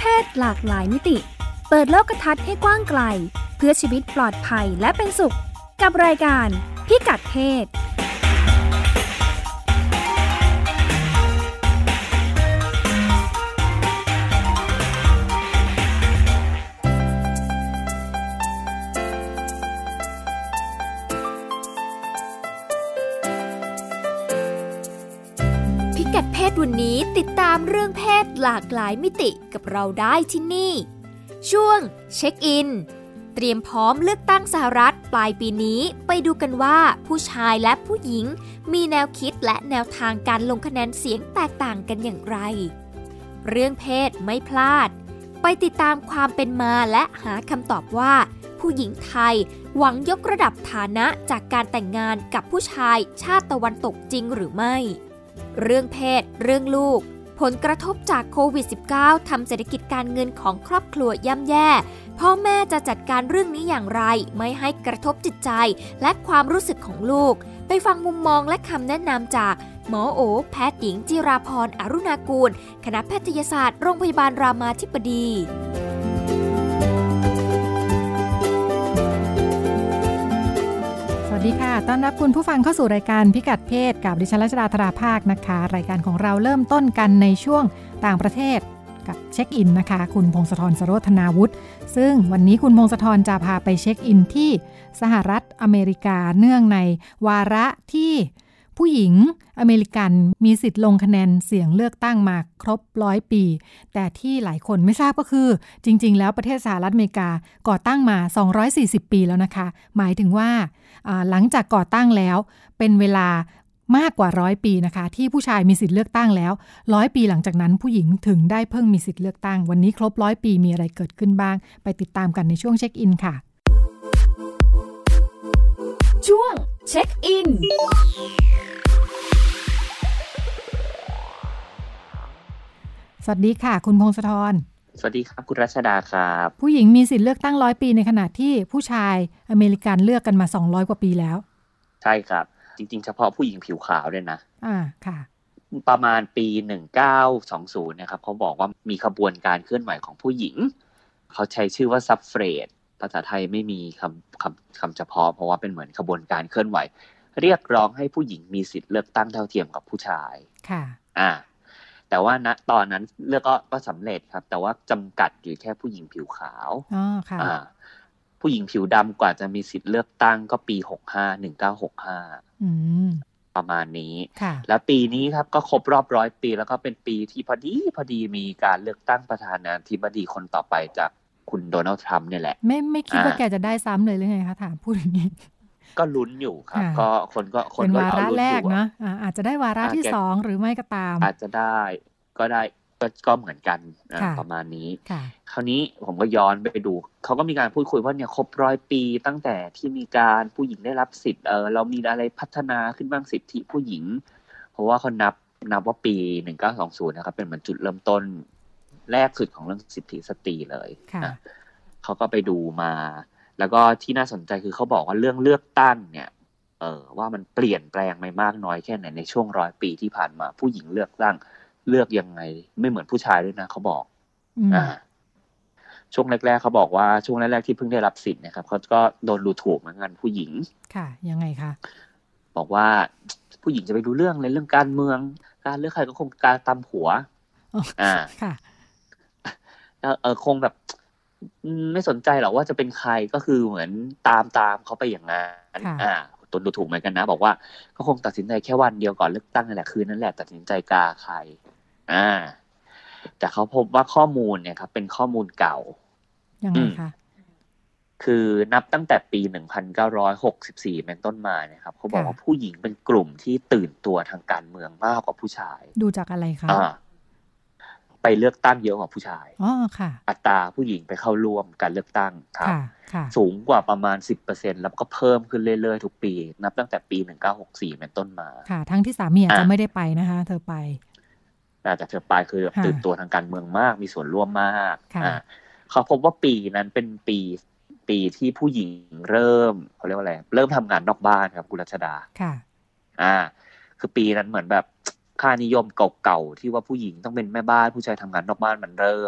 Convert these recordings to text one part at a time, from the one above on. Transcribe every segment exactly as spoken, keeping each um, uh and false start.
ศหลากหลายมิติเปิดโลกทัศน์ให้กว้างไกลเพื่อชีวิตปลอดภัยและเป็นสุขกับรายการพิกัดเพศพิกัดเพศวันนี้ติดตามเรื่องเพศหลากหลายมิติกับเราได้ที่นี่ช่วงเช็คอินเตรียมพร้อมเลือกตั้งสหรัฐปลายปีนี้ไปดูกันว่าผู้ชายและผู้หญิงมีแนวคิดและแนวทางการลงคะแนนเสียงแตกต่างกันอย่างไรเรื่องเพศไม่พลาดไปติดตามความเป็นมาและหาคำตอบว่าผู้หญิงไทยหวังยกระดับฐานะจากการแต่งงานกับผู้ชายชาติตะวันตกจริงหรือไม่เรื่องเพศเรื่องลูกผลกระทบจากโควิด สิบเก้า ทำเศรษฐกิจการเงินของครอบครัวย่ำแย่พ่อแม่จะจัดการเรื่องนี้อย่างไรไม่ให้กระทบจิตใจและความรู้สึกของลูกไปฟังมุมมองและคำแนะนำจากหมอโอแพทย์หญิงจิราพรอรุณากูลคณะแพทยศาสตร์โรงพยาบาลรามาธิบดีสวัสดีค่ะต้อนรับคุณผู้ฟังเข้าสู่รายการพิกัดเพศกับดิฉันรัชดาธราภาคนะคะรายการของเราเริ่มต้นกันในช่วงต่างประเทศกับเช็คอินนะคะคุณพงศธร สโรธนาวุฒิซึ่งวันนี้คุณพงศธรจะพาไปเช็คอินที่สหรัฐอเมริกาเนื่องในวาระที่ผู้หญิงอเมริกันมีสิทธิ์ลงคะแนนเสียงเลือกตั้งมาครบร้อยปีแต่ที่หลายคนไม่ทราบก็คือจริงๆแล้วประเทศสหรัฐอเมริกาก่อตั้งมาสองร้อยสี่สิบปีแล้วนะคะหมายถึงว่าหลังจากก่อตั้งแล้วเป็นเวลามากกว่าร้อยปีนะคะที่ผู้ชายมีสิทธิ์เลือกตั้งแล้วร้อยปีหลังจากนั้นผู้หญิงถึงได้เพิ่งมีสิทธิ์เลือกตั้งวันนี้ครบร้อยปีมีอะไรเกิดขึ้นบ้างไปติดตามกันในช่วงเช็คอินค่ะช่วงเช็คอินสวัสดีค่ะคุณพงศธรสวัสดีครับคุณรัชดาครับผู้หญิงมีสิทธิ์เลือกตั้งร้อยปีในขณะที่ผู้ชายอเมริกันเลือกกันมาสองร้อยกว่าปีแล้วใช่ครับจริงๆเฉพาะผู้หญิงผิวขาวด้วยนะอ่าค่ะประมาณปีหนึ่งพันเก้าร้อยยี่สิบนะครับเขาบอกว่ามีขบวนการเคลื่อนไหวของผู้หญิงเขาใช้ชื่อว่าซัฟเฟรจภาษาไทยไม่มีคำคำคำเฉพาะเพราะว่าเป็นเหมือนขบวนการเคลื่อนไหวเรียกร้องให้ผู้หญิงมีสิทธิ์เลือกตั้งเท่าเทียมกับผู้ชายค่ะอ่าแต่ว่าณตอนนั้นเลือกก็ก็สำเร็จครับแต่ว่าจำกัดอยู่แค่ผู้หญิงผิวขาวอ๋อค่ะอ่าผู้หญิงผิวดำกว่าจะมีสิทธิ์เลือกตั้งก็ปีหกสิบห้า หนึ่งพันเก้าร้อยหกสิบห้าอืมประมาณนี้ค่ะแล้วปีนี้ครับก็ครบรอบร้อยปีแล้วก็เป็นปีที่พอดีพอดีมีการเลือกตั้งประธานาธิบดีคนต่อไปจากคุณโดนัลด์ทรัมป์เนี่ยแหละไม่ไม่คิดว่าแกจะได้ซ้ำเลยหรือไงคะถามพูดอย่างนี้ก็ลุ้นอยู่ครับก็คนก็คนก็เอาลุ้นอยู่เป็นวาระแรกเนาะอาจจะได้วาระที่สองหรือไม่ก็ตามอาจจะได้ก็ได้ก็ก็เหมือนกันประมาณนี้คราวนี้ผมก็ย้อนไปดูเขาก็มีการพูดคุยว่าเนี่ยครบร้อยปีตั้งแต่ที่มีการผู้หญิงได้รับสิทธิ์เออเรามีอะไรพัฒนาขึ้นบ้างสิทธิผู้หญิงเพราะว่าเขานับนับว่าปีหนึ่งพันเก้าร้อยยี่สิบนะครับเป็นเหมือนจุดเริ่มต้นแรกสุดของเรื่องสิทธิสตรีเลยนะเขาก็ไปดูมาแล้วก็ที่น่าสนใจคือเขาบอกว่าเรื่องเลือกตั้งเนี่ยเออว่ามันเปลี่ยนแปลงไปมากน้อยแค่ไหนในช่วงร้อยปีที่ผ่านมาผู้หญิงเลือกตั้งเลือกยังไงไม่เหมือนผู้ชายด้วยนะเขาบอกอ่าช่วงแรกๆเขาบอกว่าช่วงแรกๆที่เพิ่งได้รับสิทธิ์นะครับเขาก็โดนดูถูกเหมือนกันผู้หญิงค่ะยังไงคะบอกว่าผู้หญิงจะไปรู้เรื่องในเรื่องการเมืองการเลือกใครก็คงการตามหัวอ่าค่ะเออคงแบบไม่สนใจหรอกว่าจะเป็นใครก็คือเหมือนตามตามเขาไปอย่างนั้นอ่าตนดูถูกเหมือนกันนะบอกว่าก็คงตัดสินใจแค่วันเดียวก่อนเลือกตั้งนั่นแหละคืนนั่นแหละตัดสินใจกาใครอ่าแต่เขาพบว่าข้อมูลเนี่ยครับเป็นข้อมูลเก่ายังไงคะคือนับตั้งแต่ปีหนึ่งพันเก้าร้อยหกสิบสี่เป็นต้นมาเนี่ยครับเขาบอกว่าผู้หญิงเป็นกลุ่มที่ตื่นตัวทางการเมืองมากกว่าผู้ชายดูจากอะไรคะอ่าไปเลือกตั้งเยอะกว่าผู้ชายอ๋อค่ะอัตราผู้หญิงไปเข้าร่วมการเลือกตั้งครับค่ะสูงกว่าประมาณ สิบเปอร์เซ็นต์ แล้วก็เพิ่มขึ้นเรื่อยๆทุกปีนับตั้งแต่ปีหนึ่งพันเก้าร้อยหกสิบสี่เป็นต้นมาค่ะทั้งที่สามีอาจจะไม่ได้ไปนะคะเธอไปแต่เธอไปคือตื่นตัวทางการเมืองมากมีส่วนร่วมมากอ่าเขาพบว่าปีนั้นเป็นปีปีที่ผู้หญิงเริ่มเขาเรียกว่าอะไรเริ่มทำงานนอกบ้านครับคุณรัชดาค่ะอ่าคือปีนั้นเหมือนแบบค่านิยมเก่าๆที่ว่าผู้หญิงต้องเป็นแม่บ้านผู้ชายทำงานนอกบ้านมันเริ่ม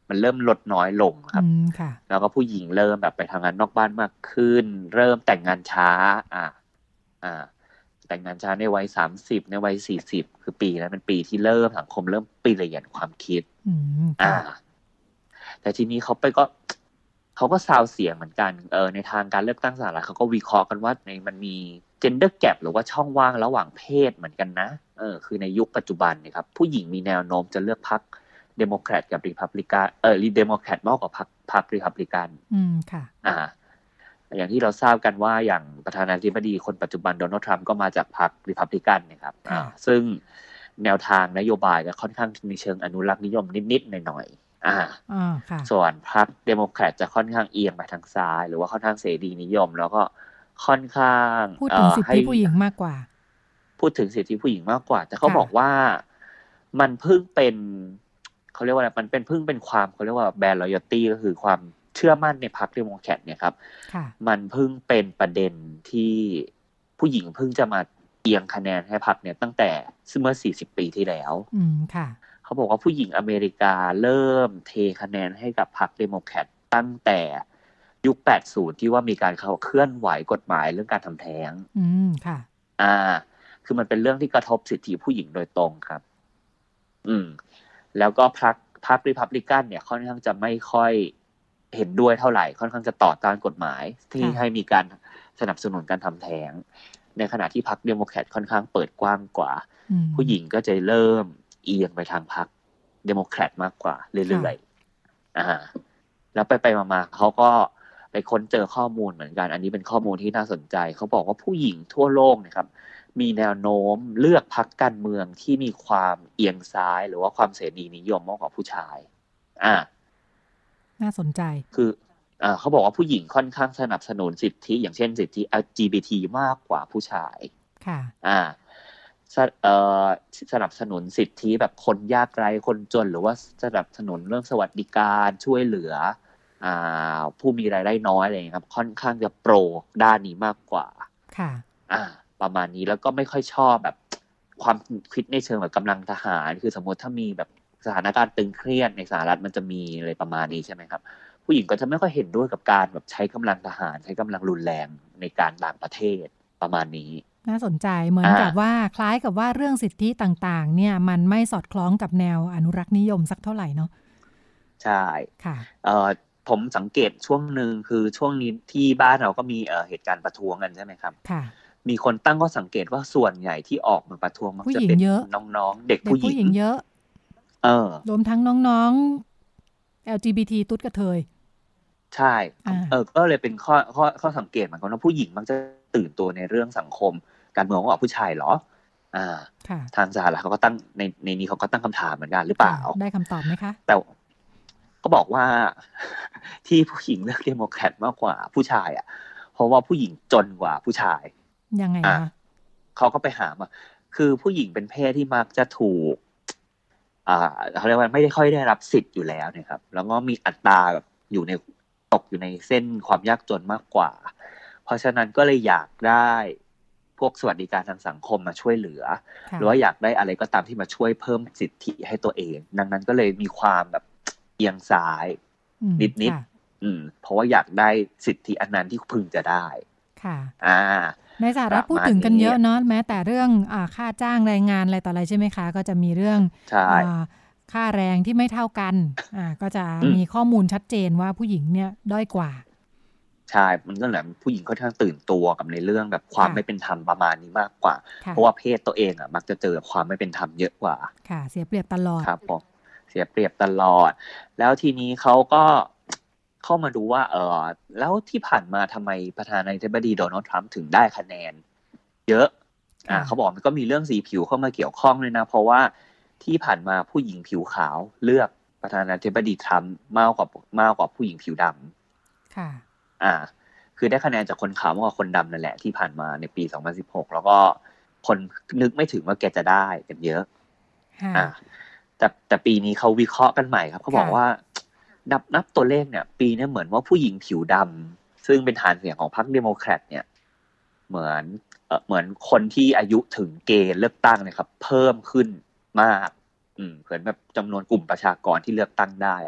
มันเริ่มลดน้อยลงครับแล้วก็ผู้หญิงเริ่มแบบไปทำงานนอกบ้านมากขึ้นเริ่มแต่งงานช้าอ่าอ่าแต่งงานช้าในวัยสามสิบในวัยสี่สิบคือปีนั้นเป็นปีที่เริ่มสังคมเริ่มเปลี่ยนความคิดอ่าแต่ทีนี้เขาไปก็เขาก็ซาวเสียงเหมือนกันเออในทางการเลือกตั้งสหรัฐเขาก็วิเคราะห์กันว่าในมันมี gender gap หรือว่าช่องว่างระหว่างเพศเหมือนกันนะเออคือในยุคปัจจุบันเนี่ยครับผู้หญิงมีแนวโน้มจะเลือกพรรคเดโมแครตกับรีพับลิกันเออรีเดโมแครตมากกว่าพรรคพรรครีพับลิกันอืมค่ะอ่าอย่างที่เราทราบกันว่าอย่างประธานาธิบดีคนปัจจุบันโดนัลด์ทรัมป์ก็มาจากพรรครีพับลิกันนะครับอ่าซึ่งแนวทางนโยบายก็ค่อนข้างมีเชิงอนุรักษ์นิยมนิดๆหน่อยๆอ่าอ่าค่ะส่วนพรรคเดโมแครตจะค่อนข้างเอียงไปทางซ้ายหรือว่าค่อนข้างเสรีนิยมแล้วก็ค่อนข้างพูดถึงสิทธิผู้หญิงมากกว่าพูดถึงสิทธิผู้หญิงมากกว่าแต่เขาบอกว่ามันเพิ่งเป็นเขาเรียกว่าอะไรมันเป็นเพิ่งเป็นความเขาเรียกว่าแบรนด์ loyalty ก็คือความเชื่อมั่นในพรรคเดโมแครตเนี่ยครับมันเพิ่งเป็นประเด็นที่ผู้หญิงเพิ่งจะมาเอียงคะแนนให้พรรคเนี่ยตั้งแต่เมื่อสี่สิบปีที่แล้วอืมค่ะเขาบอกว่าผู้หญิงอเมริกาเริ่มเทคะแนนให้กับพรรคเดโมแครตตั้งแต่ยุคแปดสิบที่ว่ามีการเข้าเคลื่อนไหวกฎหมายเรื่องการทำแท้งอืมค่ะอ่าคือมันเป็นเรื่องที่กระทบสิทธิผู้หญิงโดยตรงครับอืมแล้วก็พรรคพรรครีพับลิกันเนี่ยค่อนข้างจะไม่ค่อยเห็นด้วยเท่าไหร่ค่อนข้างจะต่อต้านกฎหมายที่ให้มีการสนับสนุนการทำแท้งในขณะที่พรรคเดโมแครตค่อนข้างเปิดกว้างกว่าผู้หญิงก็จะเริ่มเอียงไปทางพรรคเดโมแครตมากกว่าเรื่อยๆอ่าแล้วไปไปมาๆเขาก็ไปค้นเจอข้อมูลเหมือนกันอันนี้เป็นข้อมูลที่น่าสนใจเขาบอกว่าผู้หญิงทั่วโลกนะครับมีแนวโน้มเลือกพรรคการเมืองที่มีความเอียงซ้ายหรือว่าความเสรีนิยมมากกว่าผู้ชายอ่าน่าสนใจคืออ่าเขาบอกว่าผู้หญิงค่อนข้างสนับสนุนสิทธิอย่างเช่นสิทธิ แอล จี บี ที มากกว่าผู้ชายค่ะอ่าเอ่อสนับสนุนสิทธิแบบคนยากไร้คนจนหรือว่าสนับสนุนเรื่องสวัสดิการช่วยเหลืออ่าผู้มีรายได้น้อยอะไรอย่างเงี้ยครับค่อนข้างจะโปรด้านนี้มากกว่าค่ะอ่าประมาณนี้แล้วก็ไม่ค่อยชอบแบบความคิดในเชิงแบบกำลังทหารคือสมมติถ้ามีแบบสถานการณ์ตึงเครียดในสหรัฐมันจะมีอะไรประมาณนี้ใช่ไหมครับผู้หญิงก็จะไม่ค่อยเห็นด้วยกับการแบบใช้กำลังทหารใช้กำลังรุนแรงในการต่างประเทศประมาณนี้น่าสนใจเหมือนกับว่าคล้ายกับว่าเรื่องสิทธิต่างๆเนี่ยมันไม่สอดคล้องกับแนวอนุรักษ์นิยมสักเท่าไหร่เนาะใช่ค่ะเอ่อผมสังเกตช่วงนึงคือช่วงนี้ที่บ้านเราก็มีเอ่อเหตุการณ์ประท้วงกันใช่ไหมครับค่ะมีคนตั้งข้อสังเกตว่าส่วนใหญ่ที่ออกมาประท้วงมักจะเป็นน้องๆเด็กผู้หญิงเยอะเออรวมทั้งน้องๆ แอล จี บี ที ตุ๊ดกระเทยใช่เออก็เลยเป็นข้อข้อข้อสังเกตเหมือนกันว่าผู้หญิงมักจะตื่นตัวในเรื่องสังคมการเมืองว่าผู้ชายเหรออ่าทางสหรัฐเขาก็ตั้งในในนี้เขาก็ตั้งคำถามเหมือนกันหรือเปล่าได้คำตอบไหมคะแต่ก็บอกว่าที่ผู้หญิงเลือกเดโมแครตมากกว่าผู้ชายอ่ะเพราะว่าผู้หญิงจนกว่าผู้ชายยังไงคะเขาก็ไปหามาคือผู้หญิงเป็นเพศที่มักจะถูกอ่าเขาเรียกว่าไม่ได้ค่อยได้รับสิทธิ์อยู่แล้วเนี่ยครับแล้วก็มีอัตราแบบอยู่ในตกอยู่ในเส้นความยากจนมากกว่าเพราะฉะนั้นก็เลยอยากได้พวกสวัสดิการทางสังคมมาช่วยเหลือหรือว่าอยากได้อะไรก็ตามที่มาช่วยเพิ่มสิทธิให้ตัวเองดังนั้นก็เลยมีความแบบเอียงซ้ายนิดๆอืมเพราะว่าอยากได้สิทธิอันนั้นที่พึงจะได้ค่ะอ่าในสหรัฐพูดถึงกันเยอะเนาะแม้แต่เรื่องอ่าค่าจ้างแรงงานอะไรต่ออะไรใช่ไหมคะก็จะมีเรื่องอ่าค่าแรงที่ไม่เท่ากันอ่าก็จะมีข้อมูลชัดเจนว่าผู้หญิงเนี่ยด้อยกว่าใช่มันก็แหละผู้หญิงค่อนข้างตื่นตัวกับในเรื่องแบบความไม่เป็นธรรมประมาณนี้มากกว่าเพราะว่าเพศตัวเองอ่ะมักจะเจอความไม่เป็นธรรมเยอะกว่าค่ะเสียเปรียบตลอดครับผมเสียเปรียบตลอดแล้วทีนี้เขาก็เข้ามาดูว่าเออแล้วที่ผ่านมาทำไมประธานาธิบดีโดนัลด์ทรัมป์ถึงได้คะแนนเยอะอ่าเขาบอกมันก็มีเรื่องสีผิวเข้ามาเกี่ยวข้องเลยนะเพราะว่าที่ผ่านมาผู้หญิงผิวขาวเลือกประธานาธิบดีทรัมป์มากกว่ามากกว่าผู้หญิงผิวดำค่ะอ่าคือได้คะแนนจากคนขาวมากกว่าคนดำนั่นแหละที่ผ่านมาในปีสองพันสิบหกแล้วก็คนนึกไม่ถึงว่าแกจะได้กันเยอะอ่าแต่แต่ปีนี้เขาวิเคราะห์กันใหม่ครับเขาบอกว่านับนับตัวเลขเนี่ยปีนี้เหมือนว่าผู้หญิงผิวดำซึ่งเป็นฐานเสียงของพรรคเดโมแครตเนี่ยเหมือนเอ่อเหมือนคนที่อายุถึงเกณฑ์เลือกตั้งนะครับเพิ่มขึ้นมากอืมเหมือนแบบจำนวนกลุ่มประชากรที่เลือกตั้งได้อ่ะ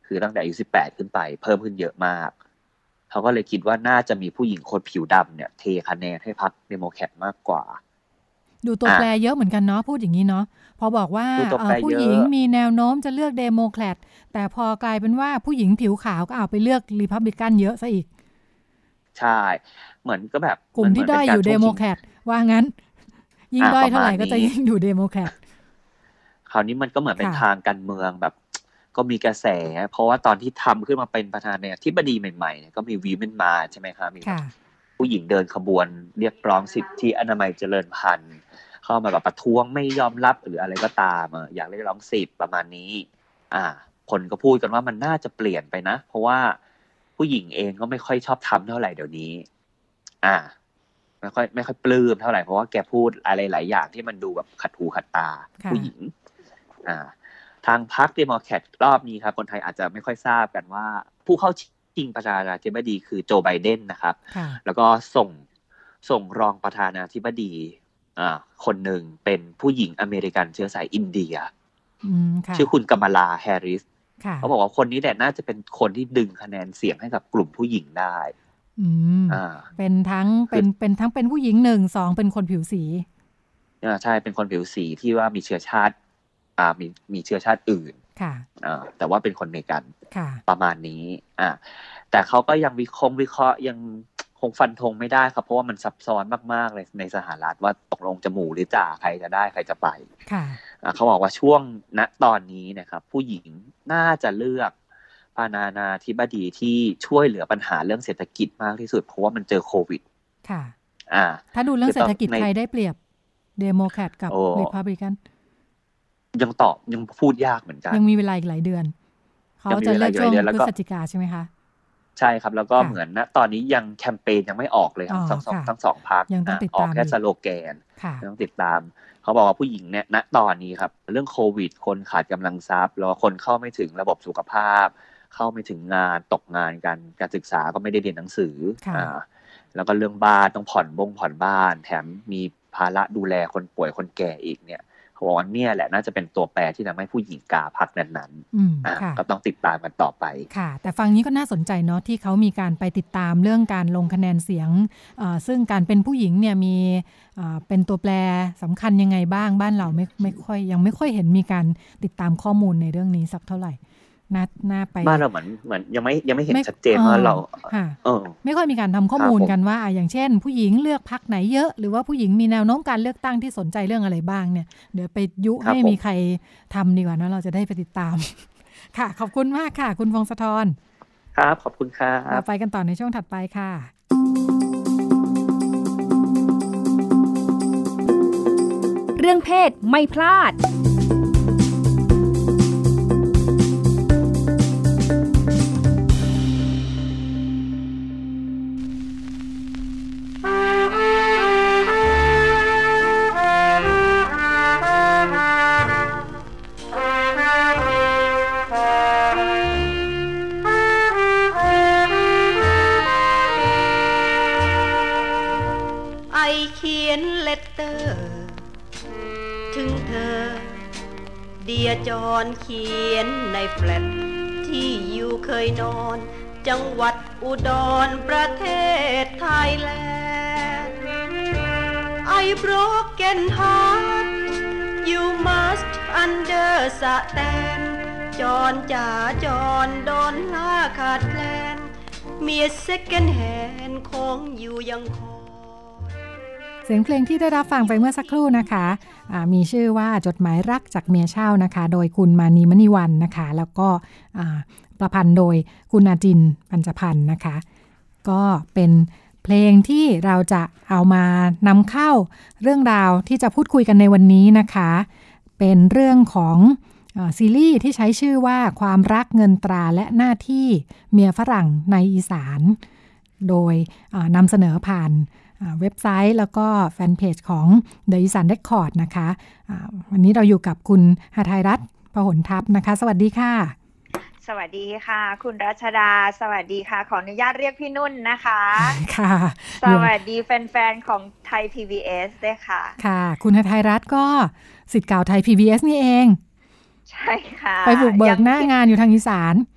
คือตั้งแต่อายุสิบแปดขึ้นไปเพิ่มขึ้นเยอะมากเขาก็เลยคิดว่าน่าจะมีผู้หญิงคนผิวดำเนี่ยเทคะแนนให้พรรคเดโมแครตมากกว่าดูตัวแปรเยอะเหมือนกันเนาะพูดอย่างนี้เนาะพอบอกว่าผู้หญิงมีแนวโน้มจะเลือกเดโมแครตแต่พอกลายเป็นว่าผู้หญิงผิวขาวก็เอาไปเลือกรีพับลิกันเยอะซะอีกใช่เหมือนก็แบบกลุ่มที่ด้อยอยู่เดโมแครตว่างั้นยิ่งด้อยเท่าไหร่ก็จะยิ่งอยู่เดโมแครตคราวนี้มันก็เหมือนเป็นทางการเมืองแบบก็มีกระแสเพราะว่าตอนที่ทำขึ้นมาเป็นประธานาธิบดีใหม่ๆเนี่ยก็มีวีเมนมาใช่ไหมครับมีผู้หญิงเดินขบวนเรียกร้องสิทธิอนามัยเจริญพันธุ์เข้ามาแบบประท้วงไม่ยอมรับหรืออะไรก็ตามอยากเรียกร้องสิทธิประมาณนี้อ่าคนก็พูดกันว่ามันน่าจะเปลี่ยนไปนะเพราะว่าผู้หญิงเองก็ไม่ค่อยชอบทำเท่าไหร่เดี๋ยวนี้อ่าไม่ค่อยไม่ค่อยปลื้มเท่าไหร่เพราะว่าแกพูดอะไรหลายอย่างที่มันดูแบบขัดหูขัดตาผู้หญิงอ่าทางพรรคเดโมแครตรอบนี้ครับคนไทยอาจจะไม่ค่อยทราบกันว่าผู้เข้าชิงประธานาธิบดีคือโจไบเดนนะครับแล้วก็ส่งส่งรองประธานาธิบดีอ่าคนหนึ่งเป็นผู้หญิงอเมริกันเชื้อสายอินเดียชื่อคุณกัมมาลาแฮร์ริสเขาบอกว่าคนนี้แหละน่าจะเป็นคนที่ดึงคะแนนเสียงให้กับกลุ่มผู้หญิงได้อืมอ่าเป็นทั้งเป็นเป็นทั้งเป็นผู้หญิงหนึ่งสองเป็นคนผิวสีอ่าใช่เป็นคนผิวสีที่ว่ามีเชื้อชาติอ่ามีมีเชื้อชาติอื่นค่ะอ่าแต่ว่าเป็นคนอเมริกันค่ะประมาณนี้อ่าแต่เขาก็ยังวิเคราะห์วิเคราะห์ยังคงฟันธงไม่ได้ครับเพราะว่ามันซับซ้อนมากๆเลยในสหรัฐว่าตกลงจะหมู่หรือจ่าใครจะได้ใครจะไปค่ะอ่าเขาบอกว่าช่วงณตอนนี้นะครับผู้หญิงน่าจะเลือกประธานาธิบดีที่ช่วยเหลือปัญหาเรื่องเศรษฐกิจมากที่สุดเพราะว่ามันเจอโควิดค่ะอ่าถ้าดูเรื่องเศรษฐกิจใครได้เปรียบเดโมแครตกับรีพับลิกันยังตอบยังพูดยากเหมือนกันยังมีเวลาอีกหลายเดือนเขาจะเลือกช่วงพฤศจิกาใช่ไหมคะใช่ครับแล้วก็เหมือนนะตอนนี้ยังแคมเปญยังไม่ออกเลยทั้งสองทั้งสองพรรคออกแค่สโลแกนต้องติดตามเขาบอกว่าผู้หญิงเนี่ยณตอนนี้ครับเรื่องโควิดคนขาดกำลังทรัพย์แล้วคนเข้าไม่ถึงระบบสุขภาพเข้าไม่ถึงงานตกงานกันการศึกษาก็ไม่ได้เรียนหนังสืออ่าแล้วก็เรื่องบ้านต้องผ่อนบงผ่อนบ้านแถมมีภาระดูแลคนป่วยคนแก่อีกเนี่ยเขาบอกว่าเนี่ยแหละน่าจะเป็นตัวแปรที่ทำให้ผู้หญิงกาพรรคนั้นๆก็ต้องติดตามกันต่อไปค่ะแต่ฟังนี้ก็น่าสนใจเนาะที่เขามีการไปติดตามเรื่องการลงคะแนนเสียงซึ่งการเป็นผู้หญิงเนี่ยมีเป็นตัวแปรสำคัญยังไงบ้างบ้านเราไม่ไม่ค่อยยังไม่ค่อยเห็นมีการติดตามข้อมูลในเรื่องนี้สักเท่าไหร่น่าน่าไปบ้านเราเหมือนเหมือนยังไม่ยังไม่เห็นชัดเจนว่าเราเออไม่ค่อยมีการทำข้อมูลกันว่าอย่างเช่นผู้หญิงเลือกพรรคไหนเยอะหรือว่าผู้หญิงมีแนวโน้มการเลือกตั้งที่สนใจเรื่องอะไรบ้างเนี่ยเดี๋ยวไปยุให้มีใครทำดีกว่านะเราจะได้ไปติดตามค่ะขอบคุณมากค่ะคุณพงศธรครับขอบคุณค่ะเราไปกันต่อในช่วงถัดไปค่ะเรื่องเพศไม่พลาดเดียจรเขียนในแฟลตที่อยู่เคยนอนจังหวัดอุดรประเทศไทยแลนด์ I broken heart you must understand จรจ๋าจรโดนล่าขาดแคลนเมีย second hand ของอยู่ยังคอยเสียงเพลงที่ได้รับฟังไปเมื่อสักครู่นะคะมีชื่อว่าจดหมายรักจากเมียเช่านะคะโดยคุณมานีมณีวรรณนะคะแล้วก็ประพันธ์โดยคุณอาจินปัญจพันธ์นะคะก็เป็นเพลงที่เราจะเอามานำเข้าเรื่องราวที่จะพูดคุยกันในวันนี้นะคะเป็นเรื่องของซีรีส์ที่ใช้ชื่อว่าความรักเงินตราและหน้าที่เมียฝรั่งในอีสานโดยนำเสนอผ่านเว็บไซต์แล้วก็แฟนเพจของ The Isan Record นะคะวันนี้เราอยู่กับคุณหทัยรัตน์พหลทัพนะคะสวัสดีค่ะสวัสดีค่ะคุณรัชดาสวัสดีค่ะขออนุญาตเรียกพี่นุ่นนะคะค่ะสวัสดีแฟนๆของไทย พี บี เอส ด้วยค่ะค่ะคุณหทัยรัตน์ก็ศิษย์เก่าไทย พี บี เอส นี่เองใช่ค่ะไปบุกเบิกหน้างานอยู่ทางอีสาน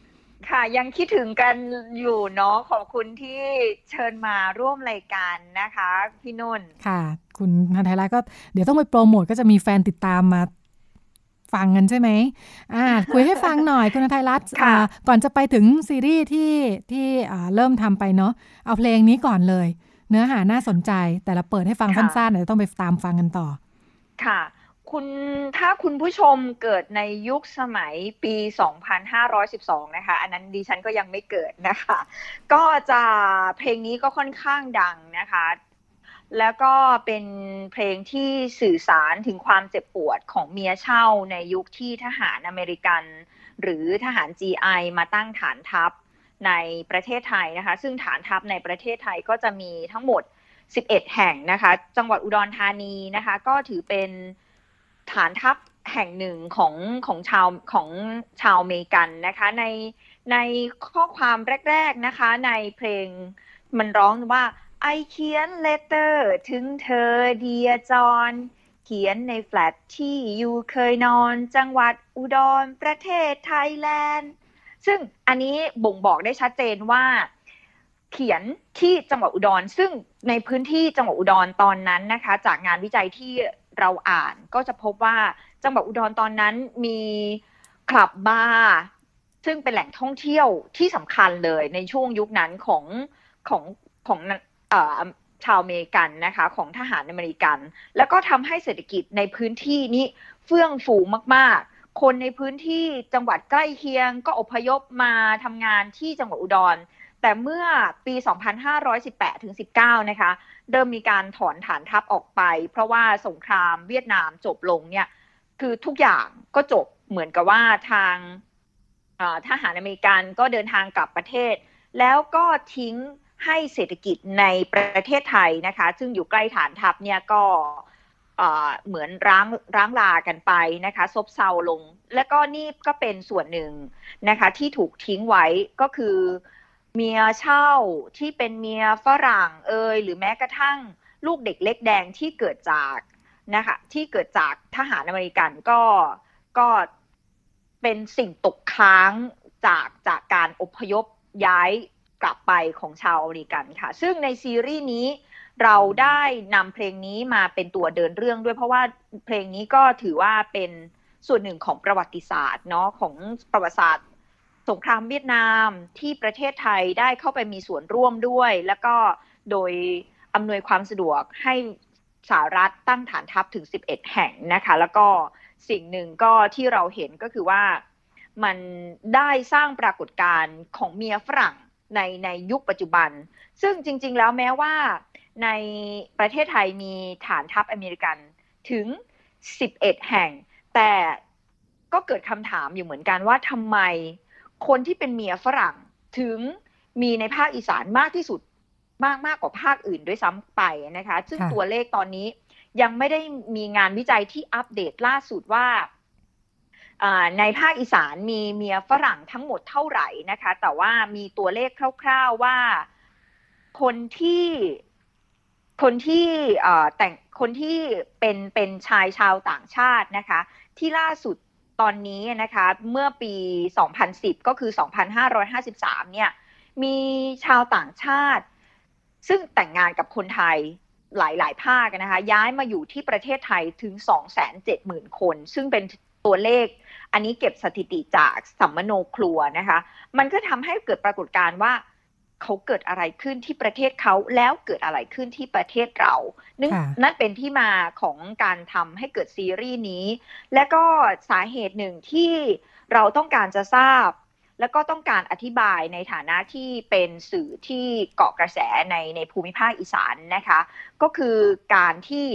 ค่ะยังคิดถึงกันอยู่เนาะขอบคุณที่เชิญมาร่วมรายการนะคะพี่นุ่นค่ะคุณฮันไทยรัฐก็เดี๋ยวต้องไปโปรโมทก็จะมีแฟนติดตามมาฟังกันใช่ไหมอ่าคุยให้ฟังหน่อยคุณฮันไทยรัฐก่อนจะไปถึงซีรีส์ที่ที่เริ่มทำไปเนาะเอาเพลงนี้ก่อนเลยเนื้อหาน่าสนใจแต่เราเปิดให้ฟังสั้นๆเดี๋ยวต้องไปตามฟังกันต่อค่ะคุณถ้าคุณผู้ชมเกิดในยุคสมัยปีสองพันห้าร้อยสิบสองนะคะอันนั้นดิฉันก็ยังไม่เกิดนะคะก็จะเพลงนี้ก็ค่อนข้างดังนะคะแล้วก็เป็นเพลงที่สื่อสารถึงความเจ็บปวดของเมียเช่าในยุคที่ทหารอเมริกันหรือทหาร จี ไอ มาตั้งฐานทัพในประเทศไทยนะคะซึ่งฐานทัพในประเทศไทยก็จะมีทั้งหมดสิบเอ็ดแห่งนะคะจังหวัดอุดรธานีนะคะก็ถือเป็นฐานทัพแห่งหนึ่งของของชาวของชาวอเมริกันนะคะในในข้อความแรกๆนะคะในเพลงมันร้องว่าไอเขียนเลเตอร์ถึงเธอเดียจอนเขียนในแฟลตที่อยู่เคยนอนจังหวัดอุดรประเทศไทยแลนด์ซึ่งอันนี้บ่งบอกได้ชัดเจนว่าเขียนที่จังหวัดอุดรซึ่งในพื้นที่จังหวัดอุดรตอนนั้นนะคะจากงานวิจัยที่เราอ่านก็จะพบว่าจังหวัดอุดรตอนนั้นมีคลับบาร์ซึ่งเป็นแหล่งท่องเที่ยวที่สำคัญเลยในช่วงยุคนั้นของของของเอ่อชาวอเมริกันนะคะของทหารอเมริกันแล้วก็ทำให้เศรษฐกิจในพื้นที่นี้เฟื่องฟูมากๆคนในพื้นที่จังหวัดใกล้เคียงก็อพยพมาทำงานที่จังหวัดอุดรแต่เมื่อปีสองพันห้าร้อยสิบแปดถึงสิบเก้านะคะเริ่มมีการถอนฐานทัพออกไปเพราะว่าสงครามเวียดนามจบลงเนี่ยคือทุกอย่างก็จบเหมือนกับว่าทางทหารอเมริกันก็เดินทางกลับประเทศแล้วก็ทิ้งให้เศรษฐกิจในประเทศไทยนะคะซึ่งอยู่ใกล้ฐานทัพเนี่ยก็เหมือนร้างร้างลากันไปนะคะซบเซาลงและก็นี่ก็เป็นส่วนหนึ่งนะคะที่ถูกทิ้งไว้ก็คือเมียเช่าที่เป็นเมียฝรั่งเอยหรือแม้กระทั่งลูกเด็กเล็กแดงที่เกิดจากนะคะที่เกิดจากทหารอเมริกันก็ก็เป็นสิ่งตกค้างจากจากการอพยพย้ายกลับไปของชาวอเมริกันค่ะซึ่งในซีรีส์นี้เราได้นำเพลงนี้มาเป็นตัวเดินเรื่องด้วยเพราะว่าเพลงนี้ก็ถือว่าเป็นส่วนหนึ่งของประวัติศาสตร์เนาะของประวัติศาสตร์สงครามเวียดนามที่ประเทศไทยได้เข้าไปมีส่วนร่วมด้วยแล้วก็โดยอำนวยความสะดวกให้สหรัฐตั้งฐานทัพถึงสิบเอ็ดแห่งนะคะแล้วก็สิ่งหนึ่งก็ที่เราเห็นก็คือว่ามันได้สร้างปรากฏการณ์ของเมียฝรั่งในในยุคปัจจุบันซึ่งจริงๆแล้วแม้ว่าในประเทศไทยมีฐานทัพอเมริกันถึงสิบเอ็ดแห่งแต่ก็เกิดคำถามอยู่เหมือนกันว่าทำไมคนที่เป็นเมียฝรั่งถึงมีในภาคอีสานมากที่สุดมากมากกว่าภาคอื่นด้วยซ้ำไปนะคะซึ่งตัวเลขตอนนี้ยังไม่ได้มีงานวิจัยที่อัปเดตล่าสุดว่าในภาคอีสานมีเมียฝรั่งทั้งหมดเท่าไหร่นะคะแต่ว่ามีตัวเลขคร่าวๆว่าคนที่คนที่แต่งคนที่เป็นเป็นชายชาวต่างชาตินะคะที่ล่าสุดตอนนี้นะคะเมื่อปีสองพันสิบก็คือสองพันห้าร้อยห้าสิบสามเนี่ยมีชาวต่างชาติซึ่งแต่งงานกับคนไทยหลายๆภาคนะคะย้ายมาอยู่ที่ประเทศไทยถึง สองแสนเจ็ดหมื่น คนซึ่งเป็นตัวเลขอันนี้เก็บสถิติจากสัมมโนครัวนะคะมันก็ทำให้เกิดปรากฏการณ์ว่าเขาเกิดอะไรขึ้นที่ประเทศเขาแล้วเกิดอะไรขึ้นที่ประเทศเรานั่นเป็นที่มาของการทำให้เกิดซีรีส์นี้และก็สาเหตุหนึ่งที่เราต้องการจะทราบแล้วก็ต้องการอธิบายในฐานะที่เป็นสื่อที่เกาะกระแสในในภูมิภาคอีสานนะคะก็คือการที่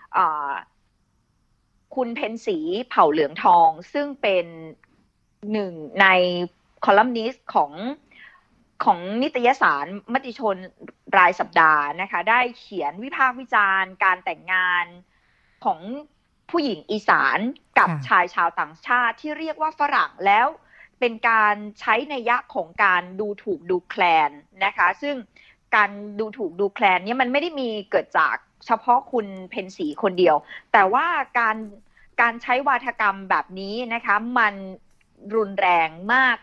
คุณเพ็ญศรีเผ่าเหลืองทองซึ่งเป็นหนึ่งในคอลัมนิสต์ของของนิตยสารมติชนรายสัปดาห์นะคะได้เขียนวิพากษ์วิจารณ์การแต่งงานของผู้หญิงอีสานกับชายชาวต่างชาติที่เรียกว่าฝรั่งแล้วเป็นการใช้นัยยะของการดูถูกดูแคลนนะคะซึ่งการดูถูกดูแคลนนี้มันไม่ได้มีเกิดจากเฉพาะคุณเพ็ญศรีคนเดียวแต่ว่าการการใช้วาทกรรมแบบนี้นะคะมันรุนแรงมาก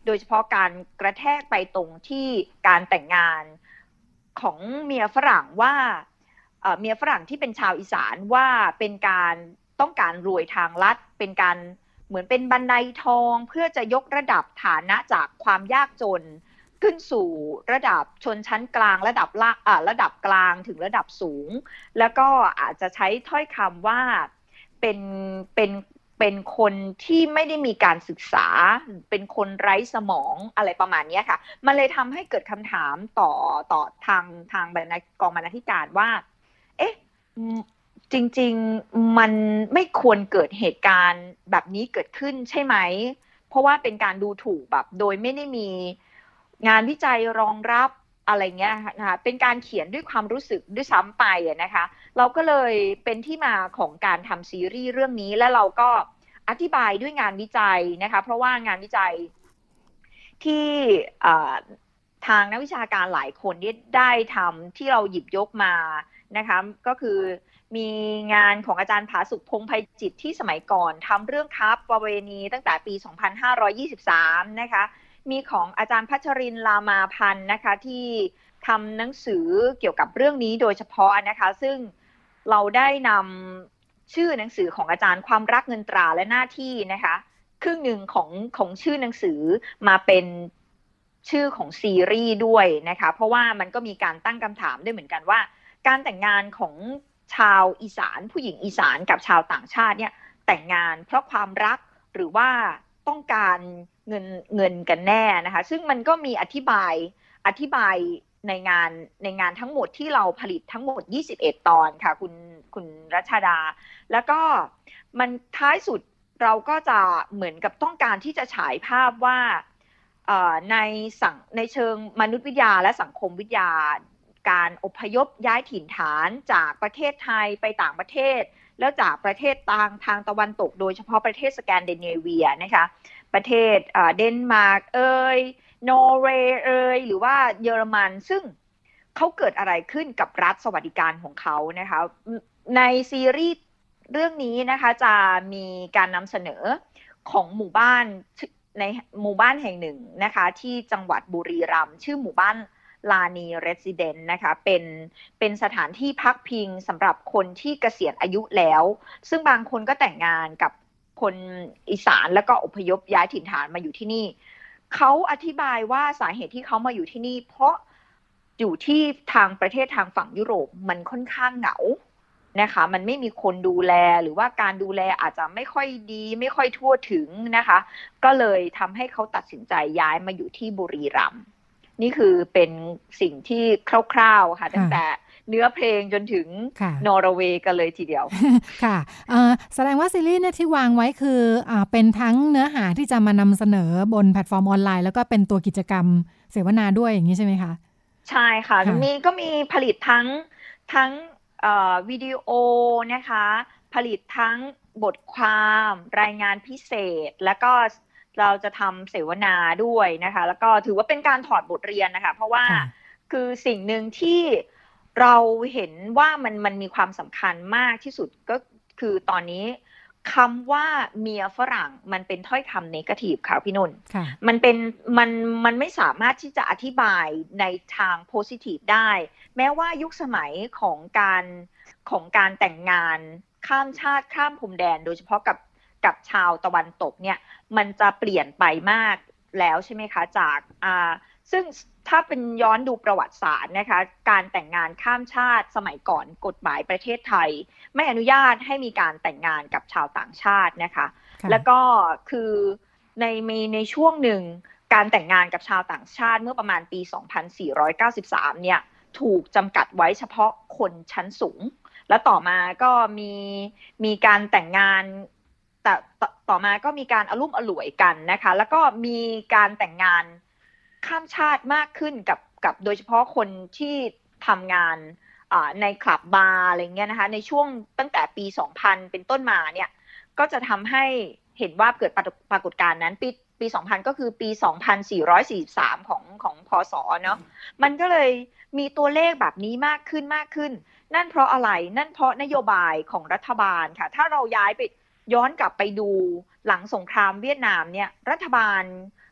โดยเฉพาะการกระแทกไปตรงที่การแต่งงานของเมียฝรั่งว่าเมียฝรั่งที่เป็นชาวอีสานว่าเป็นการต้องการรวยทางลัดเป็นการเหมือนเป็นบันไดทองเพื่อจะยกระดับฐานะจากความยากจนขึ้นสู่ระดับชนชั้นกลางระดับละอ่าระดับกลางถึงระดับสูงแล้วก็อาจจะใช้ถ้อยคำว่าเป็นเป็นเป็นคนที่ไม่ได้มีการศึกษาเป็นคนไร้สมองอะไรประมาณนี้ค่ะมันเลยทำให้เกิดคำถามต่อต่อทางทางกองบรรณาธิการว่าเอ๊ะจริงๆมันไม่ควรเกิดเหตุการณ์แบบนี้เกิดขึ้นใช่ไหมเพราะว่าเป็นการดูถูกแบบโดยไม่ได้มีงานวิจัยรองรับอะไรเงี้ยนะคะเป็นการเขียนด้วยความรู้สึกด้วยซ้ำไปนะคะเราก็เลยเป็นที่มาของการทำซีรีส์เรื่องนี้และเราก็อธิบายด้วยงานวิจัยนะคะเพราะว่างานวิจัยที่ทางนักวิชาการหลายคนได้ทำที่เราหยิบยกมานะคะก็คือมีงานของอาจารย์ผาสุกพงษ์ไพจิตรที่สมัยก่อนทำเรื่องค้าประเวณีตั้งแต่ปีสองพันห้าร้อยยี่สิบสามนะคะมีของอาจารย์พัชรินทร์ ลามาพันธ์นะคะที่ทำหนังสือเกี่ยวกับเรื่องนี้โดยเฉพาะนะคะซึ่งเราได้นำชื่อหนังสือของอาจารย์ความรักเงินตราและหน้าที่นะคะครึ่งหนึ่งของของชื่อหนังสือมาเป็นชื่อของซีรีส์ด้วยนะคะเพราะว่ามันก็มีการตั้งคำถามด้วยเหมือนกันว่าการแต่งงานของชาวอีสานผู้หญิงอีสานกับชาวต่างชาติเนี่ยแต่งงานเพราะความรักหรือว่าต้องการเงินเงินกันแน่นะคะซึ่งมันก็มีอธิบายอธิบายในงานในงานทั้งหมดที่เราผลิตทั้งหมดยี่สิบเอ็ดตอนค่ะคุณคุณรัชดาแล้วก็มันท้ายสุดเราก็จะเหมือนกับต้องการที่จะฉายภาพว่าในสังในเชิงมนุษยวิทยาและสังคมวิทยาการอพยพย้ายถิ่นฐานจากประเทศไทยไปต่างประเทศแล้วจากประเทศต่างทางตะวันตกโดยเฉพาะประเทศสแกนดิเนเวียนะคะประเทศเดนมาร์กเอยนอร์เวย์เอยหรือว่าเยอรมันซึ่งเขาเกิดอะไรขึ้นกับรัฐสวัสดิการของเขานะคะในซีรีส์เรื่องนี้นะคะจะมีการนำเสนอของหมู่บ้านในหมู่บ้านแห่งหนึ่งนะคะที่จังหวัดบุรีรัมย์ชื่อหมู่บ้านลานีเรสซิเดนต์นะคะเป็นเป็นสถานที่พักพิงสำหรับคนที่เกษียณอายุแล้วซึ่งบางคนก็แต่งงานกับคนอีสานแล้วก็อพยพย้ายถิ่นฐานมาอยู่ที่นี่เขาอธิบายว่าสาเหตุที่เขามาอยู่ที่นี่เพราะอยู่ที่ทางประเทศทางฝั่งยุโรปมันค่อนข้างเหงานะคะมันไม่มีคนดูแลหรือว่าการดูแลอาจจะไม่ค่อยดีไม่ค่อยทั่วถึงนะคะก็เลยทำให้เขาตัดสินใจย้ายมาอยู่ที่บุรีรัมย์นี่คือเป็นสิ่งที่คร่าวๆค่ะตั้งแต่เนื้อเพลงจนถึงนอร์เวย์กันเลยทีเดียวค่ะแสดงว่าซีรีส์เนี่ยที่วางไว้คือเป็นทั้งเนื้อหาที่จะมานำเสนอบนแพลตฟอร์มออนไลน์แล้วก็เป็นตัวกิจกรรมเสวนาด้วยอย่างนี้ใช่ไหมคะใช่ค่ะมีก็มีผลิตทั้งทั้งวิดีโอนะคะผลิตทั้งบทความรายงานพิเศษแล้วก็เราจะทำเสวนาด้วยนะคะแล้วก็ถือว่าเป็นการถอดบทเรียนนะคะเพราะว่าคือสิ่งหนึ่งที่เราเห็นว่ามันมันมีความสำคัญมากที่สุดก็คือตอนนี้คำว่าเมียฝรั่งมันเป็นถ้อยคำเนกาทีฟค่ะพี่นุ่นมันเป็นมันมันไม่สามารถที่จะอธิบายในทางโพซิทีฟได้แม้ว่ายุคสมัยของการของการแต่งงานข้ามชาติข้ามพรมแดนโดยเฉพาะกับกับชาวตะวันตกเนี่ยมันจะเปลี่ยนไปมากแล้วใช่ไหมคะจากอ่าซึ่งถ้าเป็นย้อนดูประวัติศาสตร์นะคะการแต่งงานข้ามชาติสมัยก่อนกฎหมายประเทศไทยไม่อนุญาตให้มีการแต่งงานกับชาวต่างชาตินะคะแล้วก็คือในมีในช่วงหนึ่งการแต่งงานกับชาวต่างชาติเมื่อประมาณปีสองพันสี่ร้อยเก้าสิบสามเนี่ยถูกจำกัดไว้เฉพาะคนชั้นสูงและต่อมาก็มีมีการแต่งงานแต่ต่อมาก็มีการอลุ่มอล่วยกันนะคะแล้วก็มีการแต่งงานข้ามชาติมากขึ้นกับกับโดยเฉพาะคนที่ทำงานในคลับบาร์อะไรเงี้ยนะคะในช่วงตั้งแต่ปีสองพันเป็นต้นมาเนี่ยก็จะทำให้เห็นว่าเกิดปรากฏการณ์นั้นปีปีสองพันก็คือปีสองพันสี่ร้อยสี่สิบสามของของพศเนาะมันก็เลยมีตัวเลขแบบนี้มากขึ้นมากขึ้นนั่นเพราะอะไรนั่นเพราะนโยบายของรัฐบาลค่ะถ้าเราย้ายไปย้อนกลับไปดูหลังสงครามเวียดนามเนี่ยรัฐบาล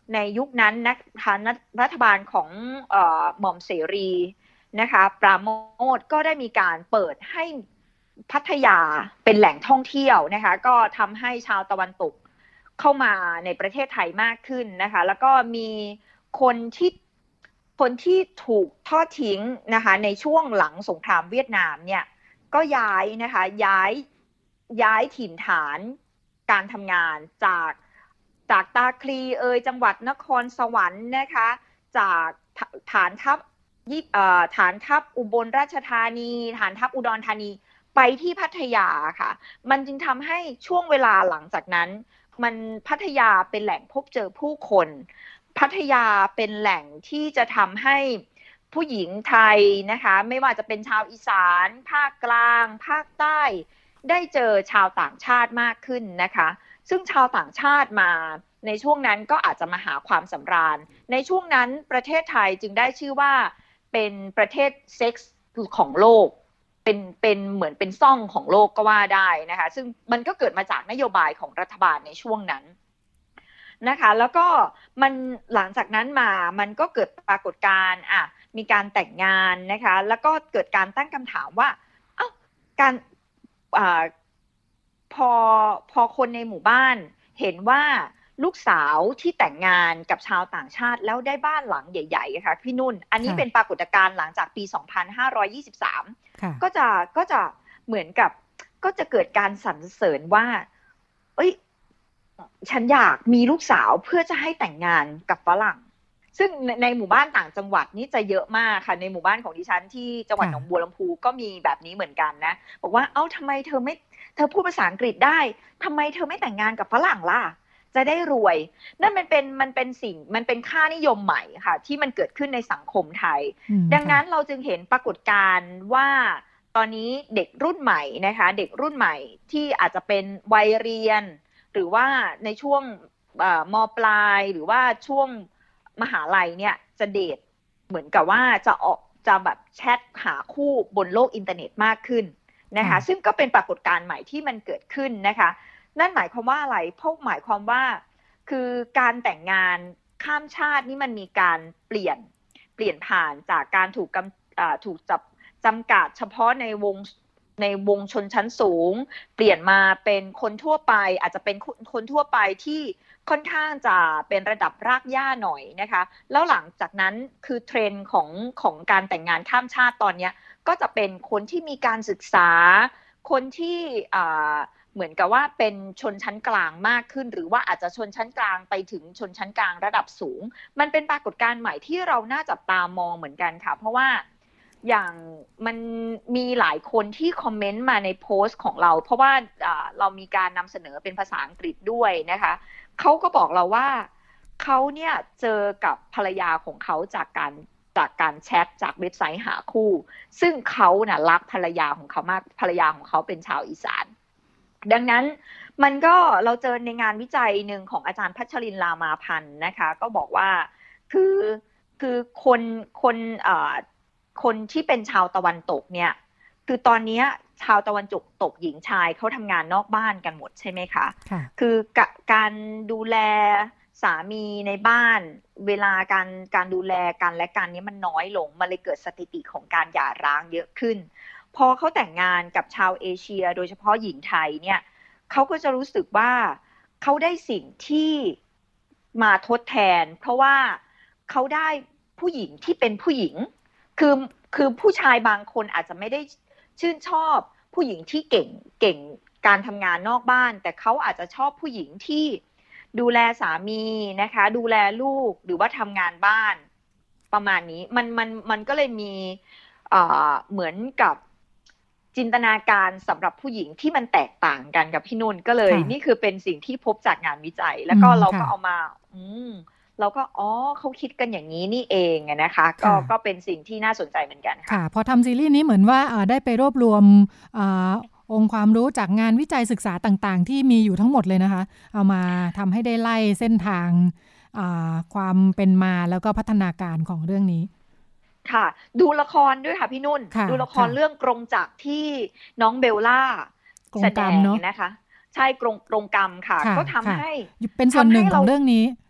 ในยุคนั้นนะคะรัฐบาลของเอ่อหม่อมเสรีนะคะปราโมทย์ก็ได้มีการเปิดให้พัทยาเป็นแหล่งท่องเที่ยวนะคะก็ทำให้ชาวตะวันตกเข้ามาในประเทศไทยมากขึ้นนะคะแล้วก็มีคนที่คนที่ถูกทอดทิ้งนะคะในช่วงหลังสงครามเวียดนามเนี่ยก็ย้ายนะคะย้ายย้ายถิ่นฐานการทำงานจากจากตาคลีเอยจังหวัดนครสวรรค์นะคะจากฐานทัพฐานทัพอุบลราชธานีฐานทัพอุดรธานีไปที่พัทยาค่ะมันจึงทำให้ช่วงเวลาหลังจากนั้นมันพัทยาเป็นแหล่งพบเจอผู้คนพัทยาเป็นแหล่งที่จะทำให้ผู้หญิงไทยนะคะไม่ว่าจะเป็นชาวอีสานภาคกลางภาคใต้ได้เจอชาวต่างชาติมากขึ้นนะคะซึ่งชาวต่างชาติมาในช่วงนั้นก็อาจจะมาหาความสำราญในช่วงนั้นประเทศไทยจึงได้ชื่อว่าเป็นประเทศเซ็กส์ของโลกเป็นเป็นเหมือนเป็นซ่องของโลกก็ว่าได้นะคะซึ่งมันก็เกิดมาจากนโยบายของรัฐบาลในช่วงนั้นนะคะแล้วก็มันหลังจากนั้นมามันก็เกิดปรากฏการณ์อ่ะมีการแต่งงานนะคะแล้วก็เกิดการตั้งคำถามว่าเอ้าการอ่าพอพอคนในหมู่บ้านเห็นว่าลูกสาวที่แต่งงานกับชาวต่างชาติแล้วได้บ้านหลังใหญ่ๆค่ะพี่นุ่นอันนี้เป็นปรากฏการณ์หลังจากปีสองพันห้าร้อยยี่สิบสามก็จะก็จะเหมือนกับก็จะเกิดการสรรเสริญว่าเอ้ยฉันอยากมีลูกสาวเพื่อจะให้แต่งงานกับฝรั่งซึ่งในหมู่บ้านต่างจังหวัดนี่จะเยอะมากค่ะในหมู่บ้านของดิฉันที่จังหวัดหนองบัวลำพูก็มีแบบนี้เหมือนกันนะบอกว่าเอ้าทำไมเธอไม่เธอพูดภาษาอังกฤษได้ทำไมเธอไม่แต่งงานกับฝรั่งล่ะจะได้รวยนั่นมันเป็นมันเป็นสิ่งมันเป็นค่านิยมใหม่ค่ะที่มันเกิดขึ้นในสังคมไทยดังนั้นเราจึงเห็นปรากฏการณ์ว่าตอนนี้เด็กรุ่นใหม่นะคะเด็กรุ่นใหม่ที่อาจจะเป็นวัยเรียนหรือว่าในช่วงม.ปลายหรือว่าช่วงมหาลัยเนี่ยจะเดทเหมือนกับว่าจะออกจะแบบแชทหาคู่บนโลกอินเทอร์เน็ตมากขึ้นนะคะซึ่งก็เป็นปรากฏการณ์ใหม่ที่มันเกิดขึ้นนะคะนั่นหมายความว่าอะไรพวกหมายความว่าคือการแต่งงานข้ามชาตินี่มันมีการเปลี่ยนเปลี่ยนผ่านจากการถูกกำถูกจับจำกัดเฉพาะในวงในวงชนชั้นสูงเปลี่ยนมาเป็นคนทั่วไปอาจจะเป็นคนทั่วไปที่ค่อนข้างจะเป็นระดับรากหญ้าหน่อยนะคะแล้วหลังจากนั้นคือเทรนด์ของของการแต่งงานข้ามชาติตอนนี้ก็จะเป็นคนที่มีการศึกษาคนที่เหมือนกับว่าเป็นชนชั้นกลางมากขึ้นหรือว่าอาจจะชนชั้นกลางไปถึงชนชั้นกลางระดับสูงมันเป็นปรากฏการณ์ใหม่ที่เราน่าจับตามองเหมือนกันค่ะเพราะว่าอย่างมันมีหลายคนที่คอมเมนต์มาในโพสต์ของเราเพราะว่าเรามีการนำเสนอเป็นภาษาอังกฤษด้วยนะคะเขาก็บอกเราว่าเขาเนี่ยเจอกับภรรยาของเขาจากการจากการแชทจากเว็บไซต์หาคู่ซึ่งเขาน่ะรักภรรยาของเขามากภรรยาของเขาเป็นชาวอีสานดังนั้นมันก็เราเจอในงานวิจัยหนึ่งของอาจารย์พัชรินทร์ ลามาพันธ์นะคะก็บอกว่าคือคือคนคนเอ่อคนที่เป็นชาวตะวันตกเนี่ยคือตอนนี้ชาวตะวันตกตกหญิงชายเขาทำงานนอกบ้านกันหมดใช่ไหมคะคือการดูแลสามีในบ้านเวลาการการดูแลกันและกันนี้มันน้อยลงมันเลยเกิดสถิติของการหย่าร้างเยอะขึ้นพอเขาแต่งงานกับชาวเอเชียโดยเฉพาะหญิงไทยเนี่ยเขาก็จะรู้สึกว่าเขาได้สิ่งที่มาทดแทนเพราะว่าเขาได้ผู้หญิงที่เป็นผู้หญิงคือคือผู้ชายบางคนอาจจะไม่ได้ชื่นชอบผู้หญิงที่เก่งเก่งการทำงานนอกบ้านแต่เขาอาจจะชอบผู้หญิงที่ดูแลสามีนะคะดูแลลูกหรือว่าทำงานบ้านประมาณนี้มันมันมันก็เลยมีเอ่อเหมือนกับจินตนาการสำหรับผู้หญิงที่มันแตกต่างกันกับพี่นุ่นก็เลยนี่คือเป็นสิ่งที่พบจากงานวิจัยแล้วก็เราก็เอามาอืมเราก็อ๋อเขาคิดกันอย่างนี้นี่เองนะคะก็ก็เป็นสิ่งที่น่าสนใจเหมือนกันค่ะพอทำซีรีส์นี้เหมือนว่าได้ไปรวบรวมองค์ความรู้จากงานวิจัยศึกษาต่างๆที่มีอยู่ทั้งหมดเลยนะคะเอามาทำให้ได้ไล่เส้นทางความเป็นมาแล้วก็พัฒนาการของเรื่องนี้ค่ะดูละครด้วยค่ะพี่นุ่นดูละครเรื่องกรงจักรที่น้องเบลล่าแสดงนะคะใช่กรงกรงกรรมค่ะก็ทำให้เป็นส่วนหนึ่งของเรื่องนี้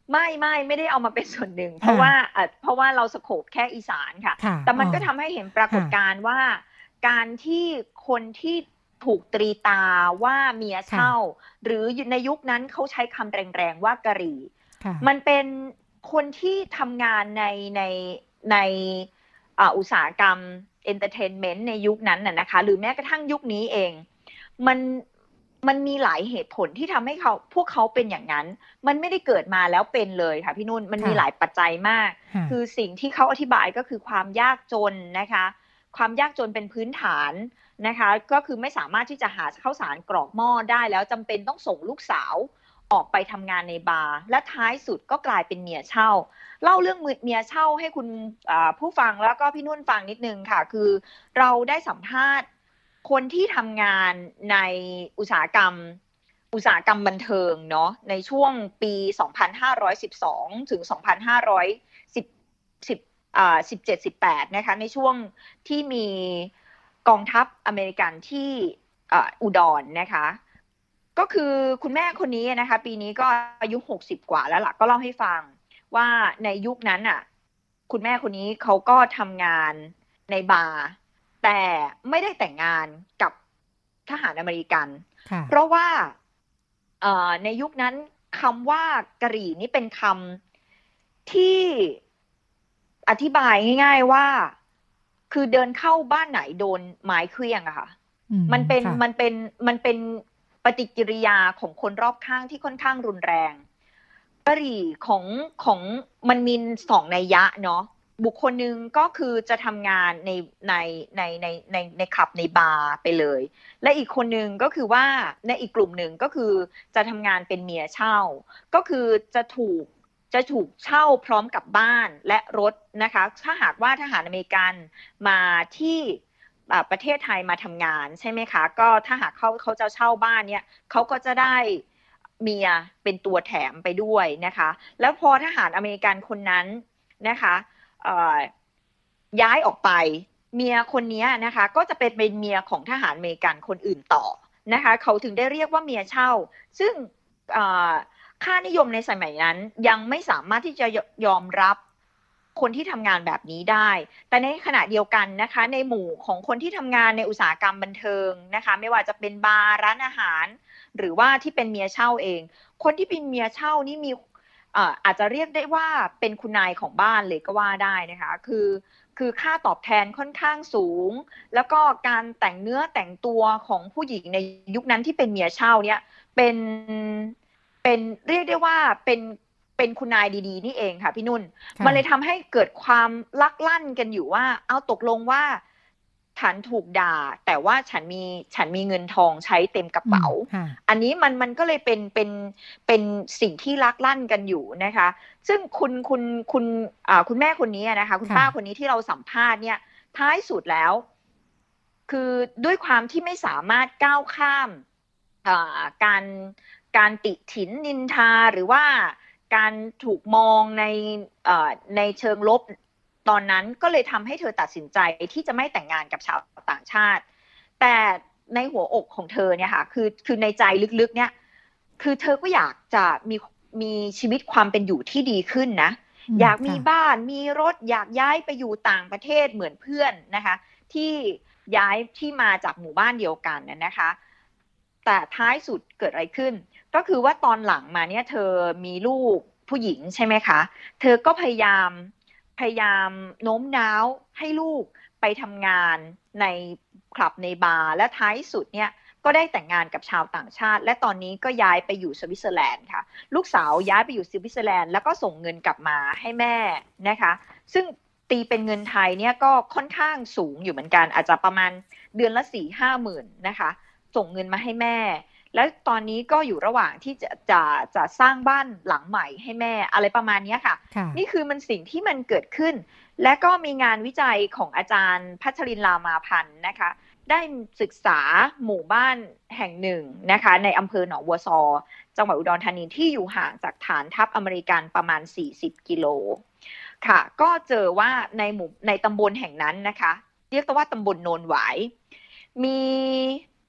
ไม่ไม่ไม่ได้เอามาเป็นส่วนหนึ่งเพราะว่าเพราะว่าเราสโคปแค่อีสานค่ะแต่มันก็ทำให้เห็นปรากฏการณ์ว่าการที่คนที่ถูกตรีตาว่าเมียเช่าหรือในยุคนั้นเขาใช้คำแรงๆว่ากะหรี่มันเป็นคนที่ทำงานในในในอุตสาหกรรมเอนเตอร์เทนเมนต์ในยุคนั้นน่ะนะคะหรือแม้กระทั่งยุคนี้เองมันมันมีหลายเหตุผลที่ทำให้เขาพวกเขาเป็นอย่างนั้นมันไม่ได้เกิดมาแล้วเป็นเลยค่ะพี่นุ่นมันมีหลายปัจจัยมากคือสิ่งที่เขาอธิบายก็คือความยากจนนะคะความยากจนเป็นพื้นฐานนะคะก็คือไม่สามารถที่จะหาข้าวสารกรอกหม้อได้แล้วจำเป็นต้องส่งลูกสาวออกไปทำงานในบาร์และท้ายสุดก็กลายเป็นเมียเช่าเล่าเรื่องเมียเช่าให้คุณผู้ฟังแล้วก็พี่นุ่นฟังนิดนึงค่ะคือเราได้สัมภาษณ์คนที่ทำงานในอุตสาหกรรมอุตสาหกรรมบันเทิงเนาะในช่วงปีสองพันห้าร้อยสิบสองถึงสองพันห้าร้อยสิบ สิบอ่าสิบเจ็ด สิบแปดนะคะในช่วงที่มีกองทัพอเมริกันที่อุดร นะคะก็คือคุณแม่คนนี้นะคะปีนี้ก็อายุหกสิบกว่าแล้วล่ะก็เล่าให้ฟังว่าในยุคนั้นน่ะคุณแม่คนนี้เขาก็ทำงานในบาร์แต่ไม่ได้แต่งงานกับทหารอเมริกันเพราะว่าในยุคนั้นคำว่ากะหรี่นี่เป็นคำที่อธิบายง่ายๆว่าคือเดินเข้าบ้านไหนโดนไม้เคลี้ยงอะค่ะมันเป็นมันเป็นมันเป็นปฏิกิริยาของคนรอบข้างที่ค่อนข้างรุนแรงกะหรี่ของของมันมีสองนัยยะเนาะบุคคลหนึ่งก็คือจะทำงานในในในในในในคลับในบาร์ไปเลยและอีกคนหนึ่งก็คือว่าในอีกกลุ่มหนึ่งก็คือจะทำงานเป็นเมียเช่าก็คือจะถูกจะถูกเช่าพร้อมกับบ้านและรถนะคะถ้าหากว่าทหารอเมริกันมาที่ประเทศไทยมาทำงานใช่ไหมคะก็ถ้าหากเขาเขาจะเช่าบ้านเนี่ยเขาก็จะได้เมียเป็นตัวแถมไปด้วยนะคะแล้วพอทหารอเมริกันคนนั้นนะคะย้ายออกไปเมียคนนี้นะคะก็จะเป็นเป็นเมียของทหารอเมริกันคนอื่นต่อนะคะเขาถึงได้เรียกว่าเมียเช่าซึ่งค่านิยมในสมัยนั้นยังไม่สามารถที่จะยอมรับคนที่ทำงานแบบนี้ได้แต่ในขณะเดียวกันนะคะในหมู่ของคนที่ทำงานในอุตสาหกรรมบันเทิงนะคะไม่ว่าจะเป็นบาร์ร้านอาหารหรือว่าที่เป็นเมียเช่าเองคนที่เป็นเมียเช่านี่มีอาจจะเรียกได้ว่าเป็นคุณนายของบ้านเลยก็ว่าได้นะคะคือคือค่าตอบแทนค่อนข้างสูงแล้วก็การแต่งเนื้อแต่งตัวของผู้หญิงในยุคนั้นที่เป็นเมียเช่าเนี่ยเป็นเป็นเรียกได้ว่าเป็นเป็นคุณนายดีๆนี่เองค่ะพี่นุ่นมันเลยทำให้เกิดความลักลั่นกันอยู่ว่าเอาตกลงว่าฉันถูกด่าแต่ว่าฉันมีฉันมีเงินทองใช้เต็มกระเป๋าอันนี้มันมันก็เลยเป็นเป็นเป็นสิ่งที่ลักลั่นกันอยู่นะคะซึ่งคุณคุณคุณอ่าคุณแม่คนนี้นะคะคุณป้าคนนี้ที่เราสัมภาษณ์เนี่ยท้ายสุดแล้วคือด้วยความที่ไม่สามารถก้าวข้ามอ่าการการติฉินนินทาหรือว่าการถูกมองในเอ่อในเชิงลบตอนนั้นก็เลยทำให้เธอตัดสินใจที่จะไม่แต่งงานกับชาวต่างชาติแต่ในหัวอกของเธอเนี่ยค่ะคือคือในใจลึกๆเนี่ยคือเธอก็อยากจะมีมีชีวิตความเป็นอยู่ที่ดีขึ้นนะอยากมีบ้านมีรถอยากย้ายไปอยู่ต่างประเทศเหมือนเพื่อนนะคะที่ย้ายที่มาจากหมู่บ้านเดียวกันนะคะแต่ท้ายสุดเกิดอะไรขึ้นก็คือว่าตอนหลังมาเนี่ยเธอมีลูกผู้หญิงใช่ไหมคะเธอก็พยายามพยายามโน้มน้าวให้ลูกไปทำงานในคลับในบาร์และท้ายสุดเนี่ยก็ได้แต่งงานกับชาวต่างชาติและตอนนี้ก็ย้ายไปอยู่สวิตเซอร์แลนด์ค่ะลูกสาวย้ายไปอยู่สวิตเซอร์แลนด์แล้วก็ส่งเงินกลับมาให้แม่นะคะซึ่งตีเป็นเงินไทยเนี่ยก็ค่อนข้างสูงอยู่เหมือนกันอาจจะประมาณเดือนละสี่ห้าหมื่นนะคะส่งเงินมาให้แม่แล้วตอนนี้ก็อยู่ระหว่างที่จะจะจะสร้างบ้านหลังใหม่ให้แม่อะไรประมาณนี้ค่ะนี่คือมันสิ่งที่มันเกิดขึ้นและก็มีงานวิจัยของอาจารย์พัชรินทร์ ลามาพันธ์นะคะได้ศึกษาหมู่บ้านแห่งหนึ่งนะคะในอำเภอหนองบัวซอจังหวัดอุดรธานีที่อยู่ห่างจากฐานทัพอเมริกันประมาณสี่สิบกิโลค่ะก็เจอว่าในหมู่ในตำบลแห่งนั้นนะคะเรียกว่าตำบลโนนหวายมี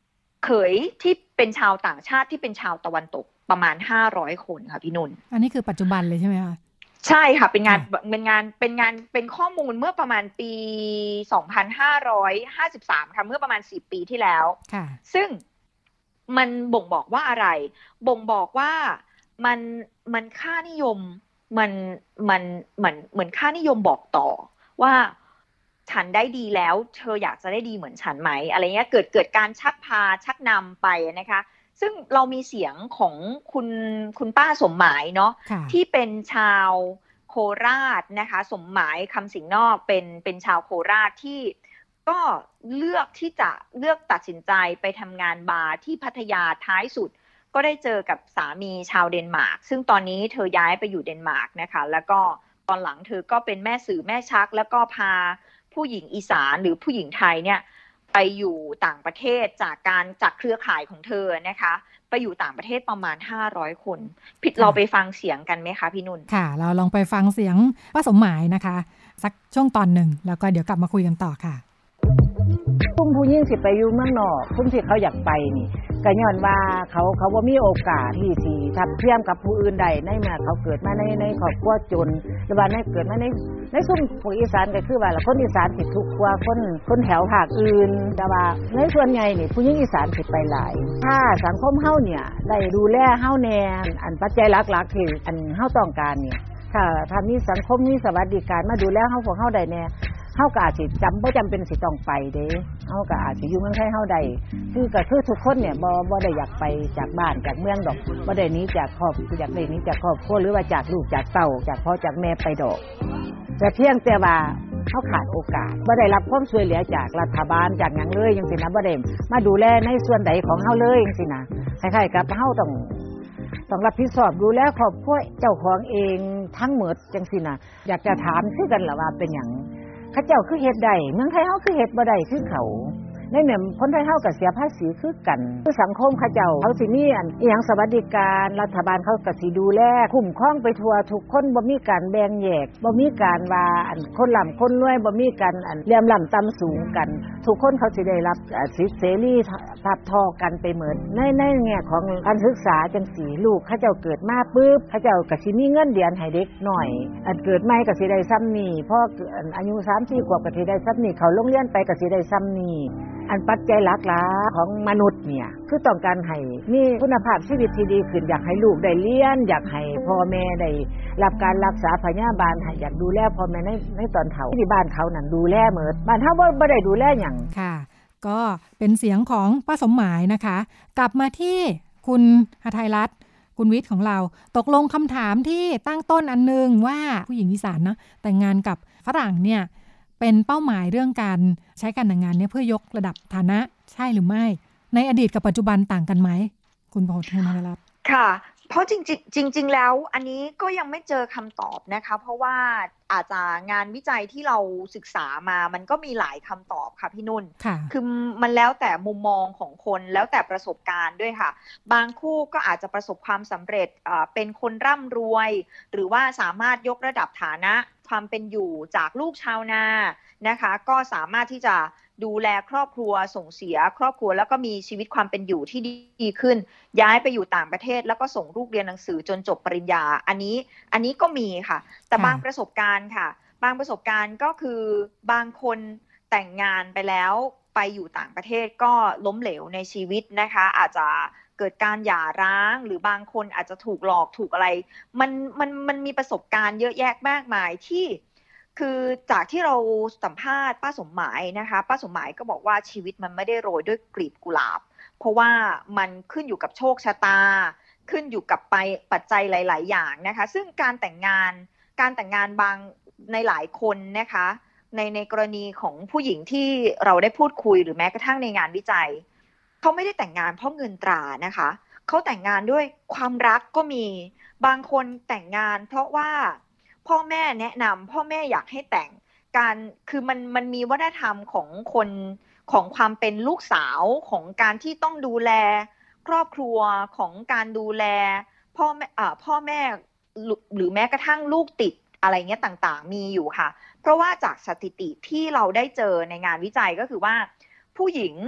เขยที่เป็นชาวต่างชาติที่เป็นชาวตะวันตกประมาณห้าร้อยคนค่ะพี่นุ่นอันนี้คือปัจจุบันเลยใช่ไหมคะใช่ค่ะเป็นงานเป็นงานเป็นงานเป็นข้อมูลเมื่อประมาณปีสองพันห้าร้อยห้าสิบสามค่ะเมื่อประมาณสิบปีที่แล้วค่ะซึ่งมันบ่งบอกว่าอะไรบ่งบอกว่ามันมันค่านิยมมันมันเหมือนเหมือนค่านิยมบอกต่อว่าฉันได้ดีแล้วเธออยากจะได้ดีเหมือนฉันไหมอะไรเงี้ยเกิดเกิดการชักพาชักนำไปนะคะซึ่งเรามีเสียงของคุณคุณป้าสมหมายเนาะที่เป็นชาวโคราชนะคะสมหมายคำสิงห์นอกเป็นเป็นชาวโคราชที่ก็เลือกที่จะเลือกตัดสินใจไปทำงานบาร์ที่พัทยาท้ายสุดก็ได้เจอกับสามีชาวเดนมาร์กซึ่งตอนนี้เธอย้ายไปอยู่เดนมาร์กนะคะแล้วก็ตอนหลังเธอก็เป็นแม่สื่อแม่ชักแล้วก็พาผู้หญิงอีสานหรือผู้หญิงไทยเนี่ยไปอยู่ต่างประเทศจากการจากเครือข่ายของเธอนะคะไปอยู่ต่างประเทศประมาณห้าร้อยคนผิดเราไปฟังเสียงกันไหมคะพี่นุ่นค่ะเราลองไปฟังเสียงป้าสมหมายนะคะสักช่วงตอนหนึ่งแล้วก็เดี๋ยวกลับมาคุยกันต่อค่ะพุ่มผู้ยิ่งสิไปอยู่เมืองนอกพุ่มที่เขาอยากไปนี่ก็ย้อนว่าเขาเขาว่ามีโอกาสที่สิทัดเทียมกับผู้อื่นใดในเมื่อเขาเกิดมาในในครอบครัวจนหรือว่าในเกิดมาในในซุ่มพวกอีสานก็คือว่าละคนอีสานสิทุกข์กว่าคนคนแถวภาคอื่นแต่ว่าในส่วนใหญ่นี่ผู้หญิงอีสานสิไปหลายถ้าสังคมเฮาเนี่ยได้ดูแลเฮาแน่อันปัจจัยหลักๆที่อันเฮาต้องการเนี่ยถ้าถ้ามีสังคมมีสวัสดิการมาดูแลเฮาพวกเฮาได้แน่เฮาก็อาจสิจำบ่จำเป็นสิต้องไปเด้เฮาก็อาจสิอยู่เมืองไทยเฮาได้คือก็คือทุกคนเนี่ยบ่บ่ได้อยากไปจากบ้านจากเมืองดอกบ่ได้หนีจากครอบอยากได้หนีจากครอบครัวหรือว่าจากลูกจากเต้าจากพ่อจากแม่ไปดอกแต่เพียงแต่ว่าเฮาขาดโอกาสบ่ได้รับความช่วยเหลือจากรัฐบาลจากหยังเลยจังซี่นะบ่ได้มาดูแลในส่วนใดของเฮาเลยจังซี่นะคล้ายๆกับเฮาต้องต้องรับผิดชอบดูแลครอบครัวเจ้าของเองทั้งหมดจังซี่นะอยากจะถามคือกันล่ะว่าเป็นหยังข้าเจ้าคือเฮ็ดได้เมืองไทยเฮาคือเฮ็ดบ่ได้คือเขาในแม่คนไทยเฮาก็เสียภาษีคือกันคือสังคมข้าเจ้าเขาสิมีอันอีหยังสวัสดิการรัฐบาลเขาก็สิดูแลคุ้มครองไปทั่วทุกคนบ่มีการแบ่งแยกบ่มีการว่าอันคนร่ำคนรวยบ่มีการอันเหลื่อมล้ำต่ำสูงกันทุกคนเขาสิได้รับสิทธิเสรีทับทอกันไปหมดในในแง่ของการศึกษาจังซี่ลูกข้าเจ้าเกิดมาปึ๊บข้าเจ้าก็สิมีเงินเดือนให้เด็กน้อยอันเกิดใหม่ก็สิได้ซ้ำนี้พออายุ สามสี่ ขวบก็สิได้ซ้ำนี้เขาโรงเรียนไปก็สิได้ซ้ำนี้อันปัจจัยหลักๆของมนุษย์เนี่ยคือต้องการให้มีคุณภาพชีวิตที่ดีขึ้นอยากให้ลูกได้เรียนอยากให้พ่อแม่ได้รับการรักษาพยาบาลให้อยากดูแลพ่อแม่ในในตอนเฒ่าที่บ้านเขานั่นดูแลหมดบ้านเฮาบ่บ่ได้ดูแลหยังค่ะก็เป็นเสียงของป้าสมหมายนะคะกลับมาที่คุณหทัยรัตน์คุณวิทย์ของเราตกลงคำถามที่ตั้งต้นอันนึงว่าผู้หญิงอีสานเนาะแต่งงานกับฝรั่งเนี่ยเป็นเป้าหมายเรื่องการใช้การแต่งงานเนี่ยเพื่อยกระดับฐานะใช่หรือไม่ในอดีตกับปัจจุบันต่างกันไหมคุณพงษ์ธนรัตน์ค่ะเพราะจริงๆจริงๆแล้วอันนี้ก็ยังไม่เจอคำตอบนะคะเพราะว่าอาจจะงานวิจัยที่เราศึกษามามันก็มีหลายคำตอบค่ะพี่นุ่นคือมันแล้วแต่มุมมองของคนแล้วแต่ประสบการณ์ด้วยค่ะบางคู่ก็อาจจะประสบความสำเร็จเป็นคนร่ำรวยหรือว่าสามารถยกระดับฐานะความเป็นอยู่จากลูกชาวนานะคะก็สามารถที่จะดูแลครอบครัวส่งเสียครอบครัวแล้วก็มีชีวิตความเป็นอยู่ที่ดีขึ้นย้ายไปอยู่ต่างประเทศแล้วก็ส่งลูกเรียนหนังสือจนจบปริญญาอันนี้อันนี้ก็มีค่ะแต่บางประสบการณ์ค่ะบางประสบการณ์ก็คือบางคนแต่งงานไปแล้วไปอยู่ต่างประเทศก็ล้มเหลวในชีวิตนะคะอาจจะเกิดการหย่าร้างหรือบางคนอาจจะถูกหลอกถูกอะไรมันมันมันมีประสบการณ์เยอะแยะมากมายที่คือจากที่เราสัมภาษณ์ป้าสมหมายนะคะป้าสมหมายก็บอกว่าชีวิตมันไม่ได้โรยด้วยกลีบกุหลาบเพราะว่ามันขึ้นอยู่กับโชคชะตาขึ้นอยู่กับไปปัจจัยหลายๆอย่างนะคะซึ่งการแต่งงานการแต่งงานบางในหลายคนนะคะในในกรณีของผู้หญิงที่เราได้พูดคุยหรือแม้กระทั่งในงานวิจัยเขาไม่ได้แต่งงานเพราะเงินตรานะคะเขาแต่งงานด้วยความรักก็มีบางคนแต่งงานเพราะว่าพ่อแม่แนะนำพ่อแม่อยากให้แต่งการคือมันมันมีวัฒนธรรมของคนของความเป็นลูกสาวของการที่ต้องดูแลครอบครัวของการดูแลพ่อแม่อ่าพ่อแม่หรือแม้กระทั่งลูกติดอะไรเงี้ยต่างๆมีอยู่ค่ะเพราะว่าจากสถิติที่เราได้เจอในงานวิจัยก็คือว่าผู้หญิง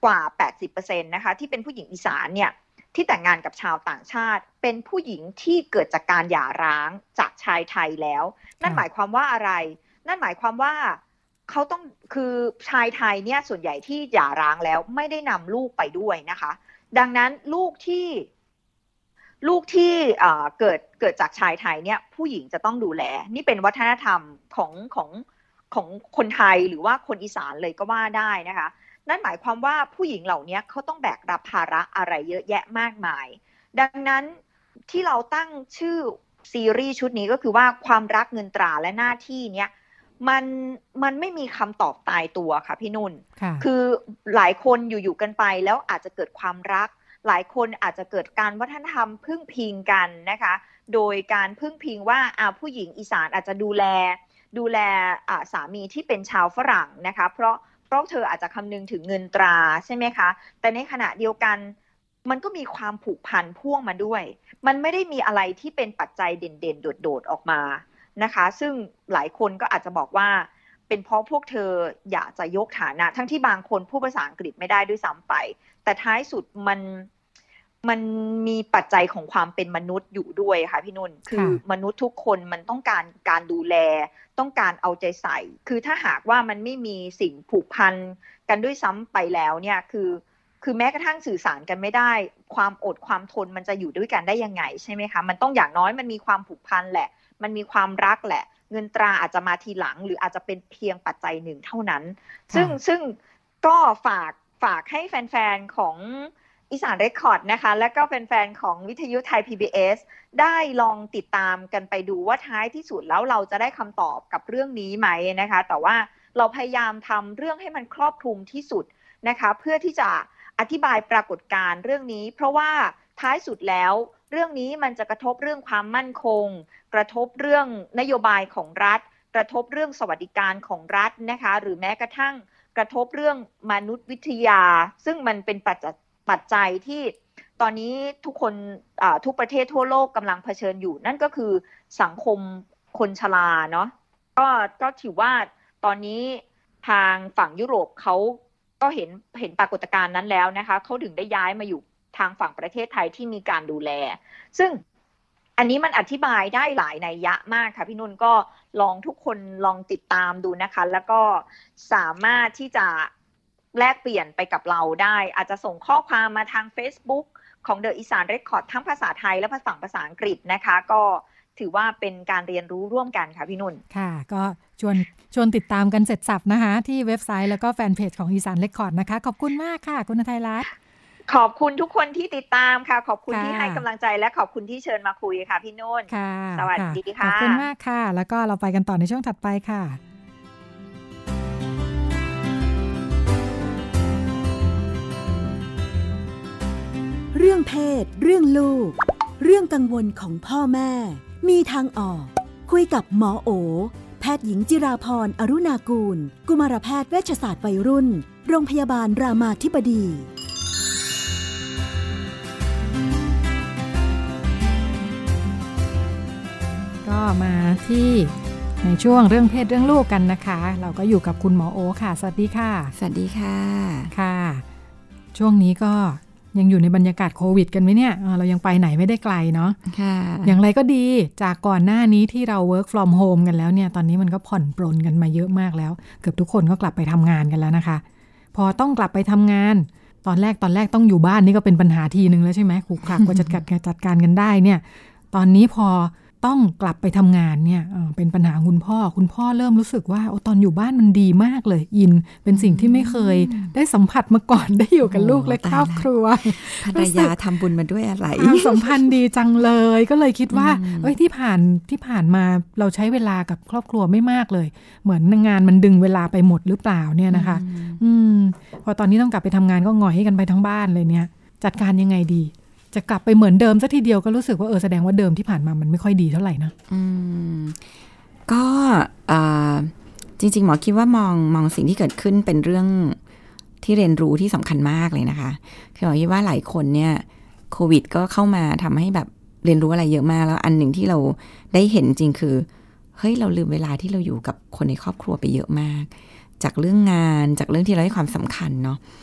กว่า แปดสิบเปอร์เซ็นต์ นะคะที่เป็นผู้หญิงอีสานเนี่ยที่แต่งงานกับชาวต่างชาติเป็นผู้หญิงที่เกิดจากการหย่าร้างจากชายไทยแล้วนั่นหมายความว่าอะไรนั่นหมายความว่าเขาต้องคือชายไทยเนี่ยส่วนใหญ่ที่หย่าร้างแล้วไม่ได้นำลูกไปด้วยนะคะดังนั้นลูกที่ลูกที่เกิดเกิดจากชายไทยเนี่ยผู้หญิงจะต้องดูแลนี่เป็นวัฒนธรรมของของของคนไทยหรือว่าคนอีสานเลยก็ว่าได้นะคะนั่นหมายความว่าผู้หญิงเหล่านี้เขาต้องแบกรับภาระอะไรเยอะแยะมากมายดังนั้นที่เราตั้งชื่อซีรีส์ชุดนี้ก็คือว่าความรักเงินตราและหน้าที่เนี้ยมันมันไม่มีคำตอบตายตัวค่ะพี่นุ่นคือหลายคนอยู่ๆกันไปแล้วอาจจะเกิดความรักหลายคนอาจจะเกิดการวัฒนธรรมพึ่งพิงกันนะคะโดยการพึ่งพิงว่าอ่าผู้หญิงอีสานอาจจะดูแลดูแลอ่าสามีที่เป็นชาวฝรั่งนะคะเพราะเพราะเธออาจจะคำนึงถึงเงินตราใช่ไหมคะแต่ในขณะเดียวกันมันก็มีความผูกพันพ่วงมาด้วยมันไม่ได้มีอะไรที่เป็นปัจจัยเด่นๆโดดๆออกมานะคะซึ่งหลายคนก็อาจจะบอกว่าเป็นเพราะพวกเธออยากจะยกฐานะทั้งที่บางคนพูดภาษาอังกฤษไม่ได้ด้วยซ้ำไปแต่ท้ายสุดมันมันมีปัจจัยของความเป็นมนุษย์อยู่ด้วยค่ะพี่นุ่นคือมนุษย์ทุกคนมันต้องการการดูแลต้องการเอาใจใส่คือถ้าหากว่ามันไม่มีสิ่งผูกพันกันด้วยซ้ำไปแล้วเนี่ยคือคือแม้กระทั่งสื่อสารกันไม่ได้ความอดความทนมันจะอยู่ด้วยกันได้ยังไงใช่ไหมคะมันต้องอย่างน้อยมันมีความผูกพันแหละมันมีความรักแหละเงินตราอาจจะมาทีหลังหรืออาจจะเป็นเพียงปัจจัยหนึ่งเท่านั้นซึ่งซึ่งก็ฝากฝากให้แฟนๆของอีสานเรคคอร์ดนะคะและก็แฟนๆของวิทยุไทย พี บี เอส ได้ลองติดตามกันไปดูว่าท้ายที่สุดแล้วเราจะได้คำตอบกับเรื่องนี้ไหมนะคะแต่ว่าเราพยายามทำเรื่องให้มันครอบคลุมที่สุดนะคะเพื่อที่จะอธิบายปรากฏการณ์เรื่องนี้เพราะว่าท้ายสุดแล้วเรื่องนี้มันจะกระทบเรื่องความมั่นคงกระทบเรื่องนโยบายของรัฐกระทบเรื่องสวัสดิการของรัฐนะคะหรือแม้กระทั่งกระทบเรื่องมนุษยวิทยาซึ่งมันเป็นปัจจัยปัจจัยที่ตอนนี้ทุกคนทุกประเทศทั่วโลกกำลังเผชิญอยู่นั่นก็คือสังคมคนชราเนาะก็ก็ถือว่าตอนนี้ทางฝั่งยุโรปเขาก็เห็นเห็นปรากฏการณ์นั้นแล้วนะคะเขาถึงได้ย้ายมาอยู่ทางฝั่งประเทศไทยที่มีการดูแลซึ่งอันนี้มันอธิบายได้หลายนัยยะมากค่ะพี่นุ่นก็ลองทุกคนลองติดตามดูนะคะแล้วก็สามารถที่จะแลกเปลี่ยนไปกับเราได้อาจจะส่งข้อความมาทาง Facebook ของ The อีสาน Record ทั้งภาษาไทยและภาษาภาษาอังกฤษนะคะก็ถือว่าเป็นการเรียนรู้ร่วมกันค่ะพี่นุ่นค่ะก็ชวนชวนติดตามกันเสร็จสับนะคะที่เว็บไซต์แล้วก็แฟนเพจของอีสาน Record นะคะขอบคุณมากค่ะคุณณัฐรัตน์ขอบคุณทุกคนที่ติดตามค่ะขอบคุณที่ให้กำลังใจและขอบคุณที่เชิญมาคุยค่ะพี่นุ่นสวัสดีค่ะขอบคุณมากค่ะแล้วก็เราไปกันต่อในช่วงถัดไปค่ะเรื่องเพศเรื่องลูกเรื่องกังวลของพ่อแม่มีทางออกคุยกับหมอโอแพทย์หญิงจิราพรอรุณากูลกุมารแพทย์เวชศาสตร์วัยรุ่นโรงพยาบาลรามาธิบดีก็มาที่ในช่วงเรื่องเพศเรื่องลูกกันนะคะเราก็อยู่กับคุณหมอโอค่ะสวัสดีค่ะสวัสดีค่ะค่ะช่วงนี้ก็ยังอยู่ในบรรยากาศโควิดกันไหมเนี่ยเรายังไปไหนไม่ได้ไกลเนาะค่ะอย่างไรก็ดีจากก่อนหน้านี้ที่เรา work from home กันแล้วเนี่ยตอนนี้มันก็ผ่อนปรนกันมาเยอะมากแล้วเกือบทุกคนก็กลับไปทำงานกันแล้วนะคะพอต้องกลับไปทำงานตอนแรกตอนแรกต้องอยู่บ้านนี่ก็เป็นปัญหาทีนึงแล้วใช่ไหมขู่ขลักกว่าจัดการจัดการกันได้เนี่ยตอนนี้พอต้องกลับไปทำงานเนี่ยเป็นปัญหาคุณพ่อคุณพ่อเริ่มรู้สึกว่าโอ้ตอนอยู่บ้านมันดีมากเลยอินเป็นสิ่งที่ไม่เคยได้สัมผัสมาก่อนได้อยู่กับลูกและครอบครัวภรรยาทำบุญมาด้วยอะไรสัมพันธ์ดีจังเลยก็เลยคิดว่าเอ้ยที่ผ่านที่ผ่านมาเราใช้เวลากับครอบครัวไม่มากเลยเหมือนงานมันดึงเวลาไปหมดหรือเปล่าเนี่ยนะคะอืมพอตอนนี้ต้องกลับไปทำงานก็หงอยให้กันไปทั้งบ้านเลยเนี่ยจัดการยังไงดีจะกลับไปเหมือนเดิมซะทีเดียวก็รู้สึกว่าเออแสดงว่าเดิมที่ผ่านมามันไม่ค่อยดีเท่าไหร่นะอืมก็จริงๆหมอคิดว่ามองมองสิ่งที่เกิดขึ้นเป็นเรื่องที่เรียนรู้ที่สำคัญมากเลยนะคะคือหมอคิดว่าหลายคนเนี่ยโควิดก็เข้ามาทำให้แบบเรียนรู้อะไรเยอะมากแล้วอันหนึ่งที่เราได้เห็นจริงคือเฮ้ยเราลืมเวลาที่เราอยู่กับคนในครอบครัวไปเยอะมากจากเรื่องงานจากเรื่องที่เราให้ความสำคัญเนาะ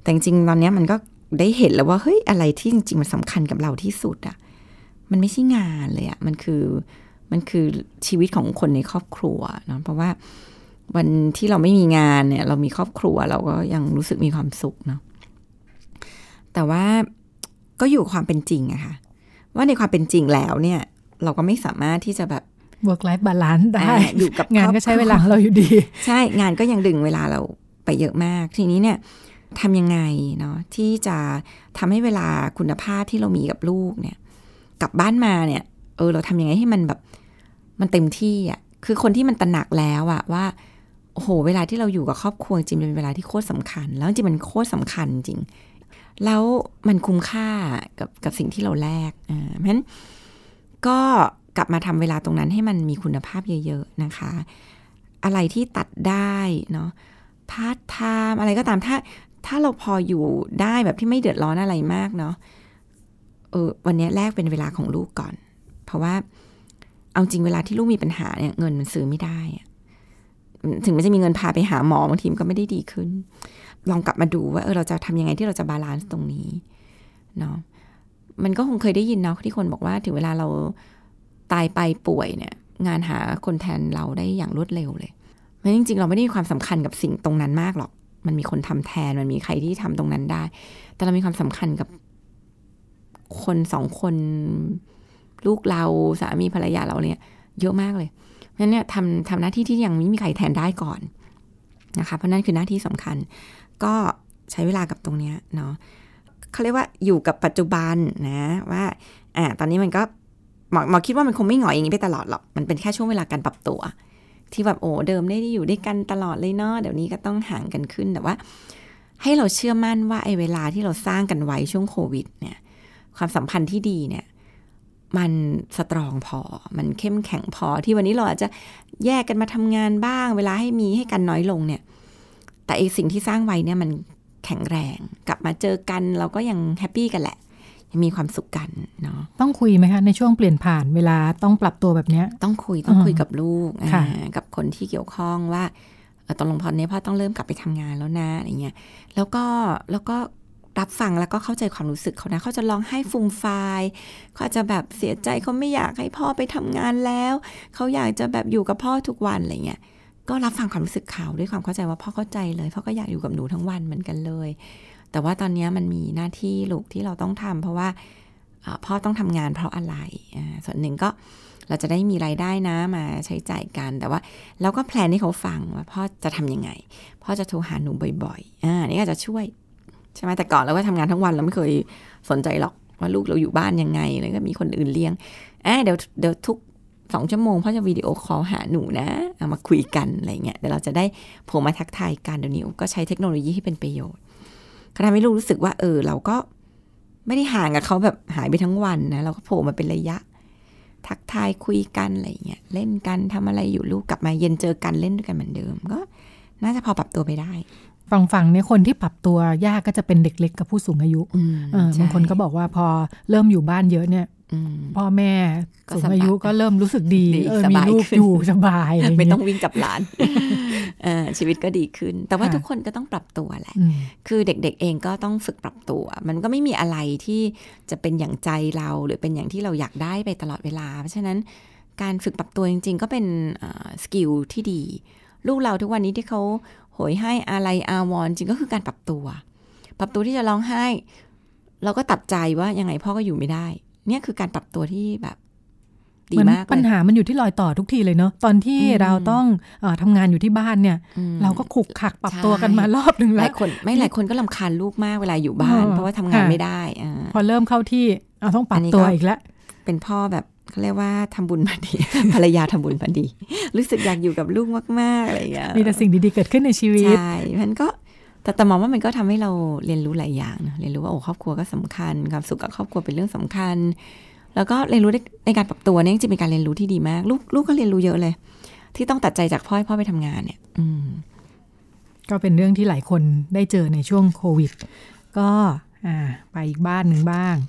แต่จริงๆตอนนี้มันก็ได้เห็นแล้วว่าเฮ้ยอะไรที่จริงๆมันสำคัญกับเราที่สุดอ่ะมันไม่ใช่งานเลยอ่ะมันคือมันคือชีวิตของคนในครอบครัวเนาะเพราะว่าวันที่เราไม่มีงานเนี่ยเรามีครอบครัวเราก็ยังรู้สึกมีความสุขเนาะแต่ว่าก็อยู่ความเป็นจริงอะค่ะว่าในความเป็นจริงแล้วเนี่ยเราก็ไม่สามารถที่จะแบบ work life balance ได้อยู่กับงานก็ใช้เวลาเราอยู่ดีใช่งานก็ยังดึงเวลาเราไปเยอะมากทีนี้เนี่ยทำยังไงเนาะที่จะทำให้เวลาคุณภาพที่เรามีกับลูกเนี่ยกลับบ้านมาเนี่ยเออเราทำยังไงให้มันแบบมันเต็มที่อ่ะคือคนที่มันตระหนักแล้วอะว่าโอ้โหเวลาที่เราอยู่กับครอบครัวจริงเป็นเวลาที่โคตรสำคัญแล้วจริงมันโคตรสำคัญจริงแล้วมันคุ้มค่ากับกับสิ่งที่เราแลกอ่าเพราะฉะนั้นก็กลับมาทำเวลาตรงนั้นให้มันมีคุณภาพเยอะๆนะคะอะไรที่ตัดได้เนาะพาร์ทไทม์อะไรก็ตามถ้าถ้าเราพออยู่ได้แบบที่ไม่เดือดร้อนอะไรมากเนาะเออวันนี้แลกเป็นเวลาของลูกก่อนเพราะว่าเอาจริงเวลาที่ลูกมีปัญหาเนี่ยเงินมันซื้อไม่ได้ถึงมันจะมีเงินพาไปหาหมอบางทีมันก็ไม่ได้ดีขึ้นลองกลับมาดูว่าเออเราจะทำยังไงที่เราจะบาลานซ์ตรงนี้เนาะมันก็คงเคยได้ยินเนาะที่คนบอกว่าถึงเวลาเราตายไปป่วยเนี่ยงานหาคนแทนเราได้อย่างรวดเร็วเลยเพราะจริงๆเราไม่ได้มีความสำคัญกับสิ่งตรงนั้นมากหรอกมันมีคนทำแทนมันมีใครที่ทำตรงนั้นได้แต่เรามีความสำคัญกับคนสองคนลูกเราสามีภรรยาเราเนี่ยเยอะมากเลยเพราะฉะนั้นเนี่ยทำทำหน้าที่ที่ยังไม่มีใครแทนได้ก่อนนะคะเพราะนั่นคือหน้าที่สำคัญก็ใช้เวลากับตรงนี้เนาะเขาเรียกว่าอยู่กับปัจจุบันนะว่าอ่าตอนนี้มันก็หมอหมอคิดว่ามันคงไม่หงอยอย่างนี้ไปตลอดหรอกมันเป็นแค่ช่วงเวลาการปรับตัวที่แบบโอ้เดิมได้อยู่ด้วยกันตลอดเลยเนาะเดี๋ยวนี้ก็ต้องห่างกันขึ้นแต่ว่าให้เราเชื่อมั่นว่าไอ้เวลาที่เราสร้างกันไว้ช่วงโควิดเนี่ยความสัมพันธ์ที่ดีเนี่ยมันสตรองพอมันเข้มแข็งพอที่วันนี้เราอาจจะแยกกันมาทำงานบ้างเวลาให้มีให้กันน้อยลงเนี่ยแต่ไอ้สิ่งที่สร้างไว้เนี่ยมันแข็งแรงกลับมาเจอกันเราก็ยังแฮปปี้กันแหละยังมีความสุขกันเนาะต้องคุยไหมคะในช่วงเปลี่ยนผ่านเวลาต้องปรับตัวแบบนี้ต้องคุยต้องคุยกับลูกกับคนที่เกี่ยวข้องว่าตกลงพอนี้พ่อต้องเริ่มกลับไปทำงานแล้วนะอะไรเงี้ยแล้วก็แล้วก็รับฟังแล้วก็เข้าใจความรู้สึกเขานะเขาจะร้องไห้ฟูมฟายเขาจะแบบเสียใจเขาไม่อยากให้พ่อไปทำงานแล้วเขาอยากจะแบบอยู่กับพ่อทุกวันอะไรเงี้ยก็รับฟังความรู้สึกเขาด้วยความเข้าใจว่าพ่อเข้าใจเลยพ่อก็อยากอยู่กับหนูทั้งวันเหมือนกันเลยแต่ว่าตอนนี้มันมีหน้าที่ลูกที่เราต้องทำเพราะว่าพ่อต้องทำงานเพราะอะไรส่วนหนึ่งก็เราจะได้มีรายได้นะมาใช้จ่ายกันแต่ว่าเราก็แพลนให้เขาฟังว่าพ่อจะทำยังไงพ่อจะโทรหาหนูบ่อยๆอ่านี่ก็จะช่วยใช่ไหมแต่ก่อนเราก็ทำงานทั้งวันเราไม่เคยสนใจหรอกว่าลูกเราอยู่บ้านยังไงแล้วก็มีคนอื่นเลี้ยงอ่าเดี๋ยวเดี๋ยวทุกสองชั่วโมงพ่อจะวิดีโอคอลหาหนูนะเอามาคุยกันอะไรเงี้ยเดี๋ยวเราจะได้โผล่มาทักทายกันเดี๋ยวนี้ก็ใช้เทคโนโลยีที่เป็นประโยชน์ก็ทำให้ลูกรู้สึกว่าเออเราก็ไม่ได้ห่างกับเขาแบบหายไปทั้งวันนะเราก็โผล่มาเป็นระยะทักทายคุยกันอะไรเงี้ยเล่นกันทำอะไรอยู่ลูกกลับมาเย็นเจอกันเล่นด้วยกันเหมือนเดิมก็น่าจะพอปรับตัวไปได้ฟังฟังเนี่ยคนที่ปรับตัวยากก็จะเป็นเด็กเล็กกับผู้สูงอายุบางคนก็บอกว่าพอเริ่มอยู่บ้านเยอะเนี่ยพ่อแม่สูงอายุก็เริ่มรู้สึกดีเออมีลูกอยู่สบายไม่ต้องวิ่งกับหลานชีวิตก็ดีขึ้นแต่ว่าทุกคนก็ต้องปรับตัวแหละคือเด็กๆเองก็ต้องฝึกปรับตัวมันก็ไม่มีอะไรที่จะเป็นอย่างใจเราหรือเป็นอย่างที่เราอยากได้ไปตลอดเวลาเพราะฉะนั้นการฝึกปรับตัวจริงๆก็เป็นสกิลที่ดีลูกเราทุกวันนี้ที่เขาโหยให้อะไรอาวรจริงก็คือการปรับตัวปรับตัวที่จะร้องไห้เราก็ตัดใจว่ายังไงพ่อก็อยู่ไม่ได้เนี่ยคือการปรับตัวที่แบบดีมากเลยปัญหามันอยู่ที่รอยต่อทุกทีเลยเนาะตอนที่เราต้องเอ่อทำงานอยู่ที่บ้านเนี่ยเราก็ขุกขักปรับตัวกันมารอบนึงแล้วหลายคนไม่หลายคนก็รำคาญลูกมากเวลาอยู่บ้านเพราะว่าทำงานไม่ได้พอเริ่มเข้าที่เอาต้องปรับตัวอีกแล้วเป็นพ่อแบบเขาเรียกว่าทำบุญมาดี ภรรยาทำบุญมาดีรู้สึกอยากอยู่กับลูกมากๆอะไรอย่างเงี้ยมีแต่สิ่งดีๆเกิดขึ้นในชีวิตใช่มันก็แต่แต่มองว่ามันก็ทำให้เราเรียนรู้หลายอย่างนะเรียนรู้ว่าโอ้ครอบครัวก็สำคัญความสุขกับครอบครัวเป็นเรื่องสำคัญแล้วก็เรียนรู้ในการปรับตัวเนี่ยจริงๆเป็นการเรียนรู้ที่ดีมากลูกลูกก็เรียนรู้เยอะเลยที่ต้องตัดใจจากพ่อให้พ่อไปทำงานเนี่ยอืมก็เป็นเรื่องที่หลายคนได้เจอในช่วงโควิดก็อ่าไปอีกบ้านหนึ่งบ้าง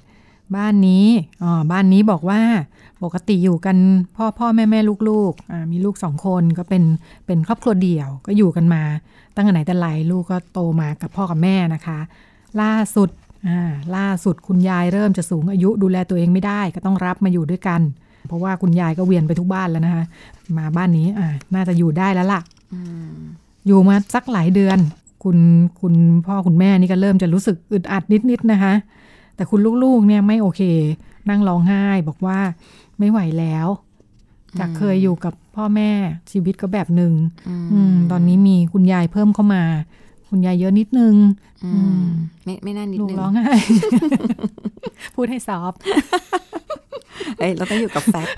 บ้านนี้อ๋อบ้านนี้บอกว่าปกติอยู่กันพ่อพ่อแม่แม่ลูกๆอ่ามีลูกสองคนก็เป็นเป็นครอบครัวเดี่ยวก็อยู่กันมาตั้งแต่ไหนแต่ไรลูกก็โตมากับพ่อกับแม่นะคะล่าสุดอ่าล่าสุดคุณยายเริ่มจะสูงอายุดูแลตัวเองไม่ได้ก็ต้องรับมาอยู่ด้วยกันเพราะว่าคุณยายก็เวียนไปทุกบ้านแล้วนะคะมาบ้านนี้อ่าน่าจะอยู่ได้แล้วล่ะอยู่มาสักหลายเดือนคุณคุณพ่อคุณแม่นี่ก็เริ่มจะรู้สึกอึดอัดนิดๆนะคะแต่คุณลูกๆเนี่ยไม่โอเคนั่งร้องไห้บอกว่าไม่ไหวแล้วจากเคยอยู่กับพ่อแม่ชีวิตก็แบบหนึ่งตอนนี้มีคุณยายเพิ่มเข้ามาคุณยายเยอะนิดนึงไม่ไม่น่านิดนึงลูกร้องไห้พูดให้ซอฟเอ้ยเราต้องอยู่กับแฟก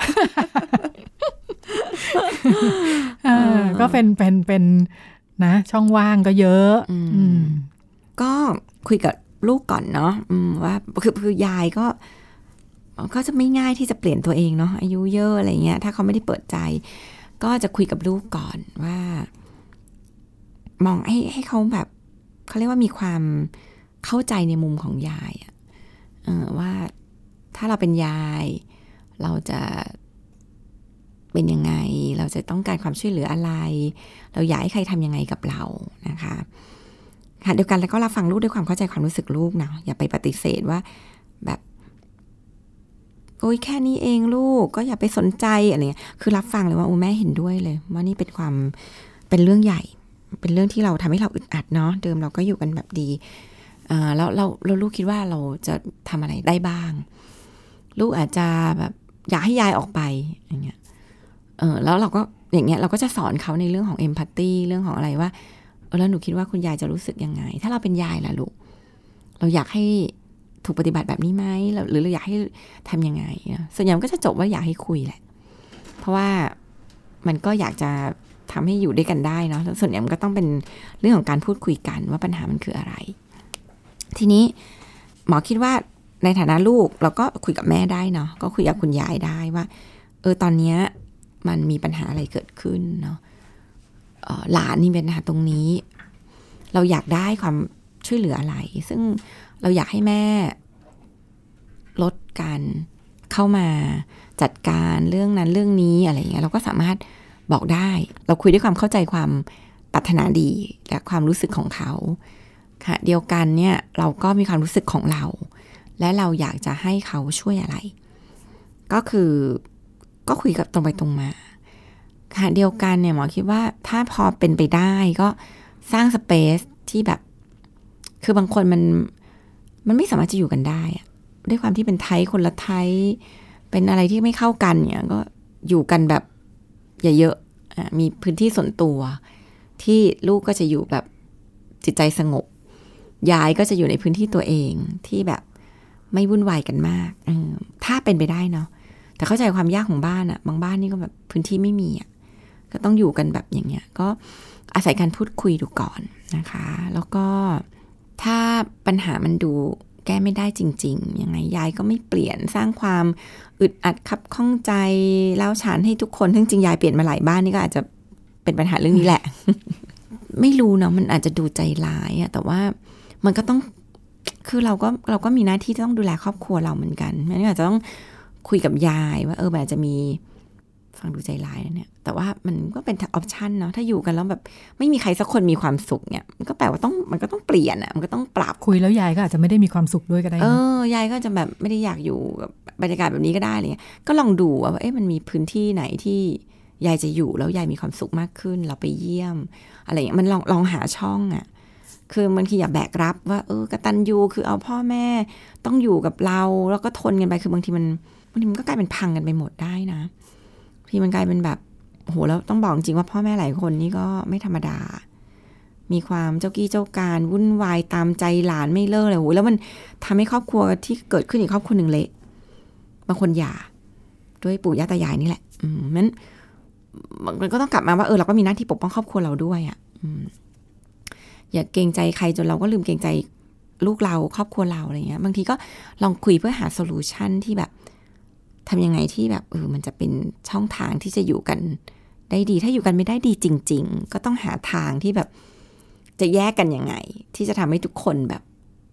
ก็เป็นเป็นเป็นนะช่องว่างก็เยอะก็คุยกับลูกก่อนเนาะว่าคือคือยายก็ก็จะไม่ง่ายที่จะเปลี่ยนตัวเองเนาะอายุเยอะอะไรเงี้ยถ้าเขาไม่ได้เปิดใจก็จะคุยกับลูกก่อนว่ามองให้ให้เขาแบบเขาเรียกว่ามีความเข้าใจในมุมของยายอะเออว่าถ้าเราเป็นยายเราจะเป็นยังไงเราจะต้องการความช่วยเหลืออะไรเราอยากให้ใครทำยังไงกับเรานะคะค่ะเดียวกันแล้วก็รับฟังลูกด้วยความเข้าใจความรู้สึกลูกเนาะอย่าไปปฏิเสธว่าแบบโอ้ยแค่นี้เองลูกก็อย่าไปสนใจอะไรเงี้ยคือรับฟังเลยว่าโอ้แม่เห็นด้วยเลยว่านี่เป็นความเป็นเรื่องใหญ่เป็นเรื่องที่เราทำให้เราอึดอัดเนาะเดิมเราก็อยู่กันแบบดีอ่าแล้วเราเราลูกคิดว่าเราจะทำอะไรได้บ้างลูกอาจจะแบบอยากให้ยายออกไปอย่างเงี้ยเออแล้วเราก็อย่างเงี้ยเราก็จะสอนเขาในเรื่องของเอมพัตตีเรื่องของอะไรว่าเออแล้วหนูคิดว่าคุณยายจะรู้สึกยังไงถ้าเราเป็นยายล่ะลูกเราอยากให้ถูกปฏิบัติแบบนี้ไหมหรือเราอยากให้ทำยังไงส่วนใหญ่ก็จะจบว่าอยากให้คุยแหละเพราะว่ามันก็อยากจะทำให้อยู่ด้วยกันได้เนาะแล้วส่วนใหญ่มันก็ต้องเป็นเรื่องของการพูดคุยกันว่าปัญหามันคืออะไรทีนี้หมอคิดว่าในฐานะลูกเราก็คุยกับแม่ได้เนาะก็คุยกับคุณยายได้ว่าเออตอนนี้มันมีปัญหาอะไรเกิดขึ้นเนาะหลานนี่เป็นปัญหาตรงนี้เราอยากได้ความช่วยเหลืออะไรซึ่งเราอยากให้แม่ลดการเข้ามาจัดการเรื่องนั้นเรื่องนี้อะไรอย่างเงี้ยเราก็สามารถบอกได้เราคุยด้วยความเข้าใจความปรารถนาดีและความรู้สึกของเขาค่ะเดียวกันเนี่ยเราก็มีความรู้สึกของเราและเราอยากจะให้เขาช่วยอะไรก็คือก็คุยกับตรงไปตรงมาค่ะเดียวกันเนี่ยหมอคิดว่าถ้าพอเป็นไปได้ก็สร้างสเปซที่แบบคือบางคนมันมันไม่สามารถจะอยู่กันได้อะด้วยความที่เป็นไทป์คนละไทป์เป็นอะไรที่ไม่เข้ากันเนี่ยก็อยู่กันแบบอย่าเยอะมีพื้นที่ส่วนตัวที่ลูกก็จะอยู่แบบจิตใจสงบยายก็จะอยู่ในพื้นที่ตัวเองที่แบบไม่วุ่นวายกันมากถ้าเป็นไปได้เนาะแต่เข้าใจความยากของบ้านอะบางบ้านนี่ก็แบบพื้นที่ไม่มีอะก็ต้องอยู่กันแบบอย่างเงี้ยก็อาศัยการพูดคุยดูก่อนนะคะแล้วก็ถ้าปัญหามันดูแก้ไม่ได้จริงๆยังไงยายก็ไม่เปลี่ยนสร้างความอึดอัดคับข้องใจแล้วฉานให้ทุกคนทั้งจริงยายเปลี่ยนมาหลายบ้านนี่ก็อาจจะเป็นปัญหาเรื่องนี้แหละ ไม่รู้เนาะมันอาจจะดูใจร้ายอะแต่ว่ามันก็ต้องคือเราก็เราก็มีหน้าที่ต้องดูแลครอบครัวเราเหมือนกันมันอาจจะต้องคุยกับยายว่าเออมันอาจจะมีฟังดูใจร้ายนะเนี่ยแต่ว่ามันก็เป็นออปชันเนาะถ้าอยู่กันแล้วแบบไม่มีใครสักคนมีความสุขเนี่ยมันก็แปลว่าต้องมันก็ต้องเปลี่ยนอ่ะมันก็ต้องปรับคุยแล้วยายก็อาจจะไม่ได้มีความสุขด้วยก็ได้เออยายก็จะแบบไม่ได้อยากอยู่กับบรรยากาศแบบนี้ก็ได้อะไรเงี้ยก็ลองดูว่าเอ๊ะมันมีพื้นที่ไหนที่ยายจะอยู่แล้วยายมีความสุขมากขึ้นเราไปเยี่ยมอะไรอย่างเงี้ยมันลองลองหาช่องอ่ะคือบางทีอย่าแบกรับว่าเออกตัญญูคือเอาพ่อแม่ต้องอยู่กับเราแล้วก็ทนกันไปคือบางทีมันบางทีมันก็กลายเป็นพังกันไปหมดได้นะที่มันกลายเป็นแบบโหแล้วต้องบอกจริงว่าพ่อแม่หลายคนนี่ก็ไม่ธรรมดามีความเจ้ากี้เจ้าการวุ่นวายตามใจหลานไม่เลิกเลยโหแล้วมันทำให้ครอบครัวที่เกิดขึ้นอีกครอบครัวหนึ่งเละบางคนหย่าด้วยปู่ย่าตายายนี่แหละอืมมันมันก็ต้องกลับมาว่าเออเราก็มีหน้าที่ปกป้องครอบครัวเราด้วยอ่ะอืมอย่าเกรงใจใครจนเราก็ลืมเกรงใจลูกเราครอบครัวเราอะไรเงี้ยบางทีก็ลองคุยเพื่อหาโซลูชันที่แบบทำยังไงที่แบบเออมันจะเป็นช่องทางที่จะอยู่กันได้ดีถ้าอยู่กันไม่ได้ดีจริงๆก็ต้องหาทางที่แบบจะแยกกันยังไงที่จะทำให้ทุกคนแบบ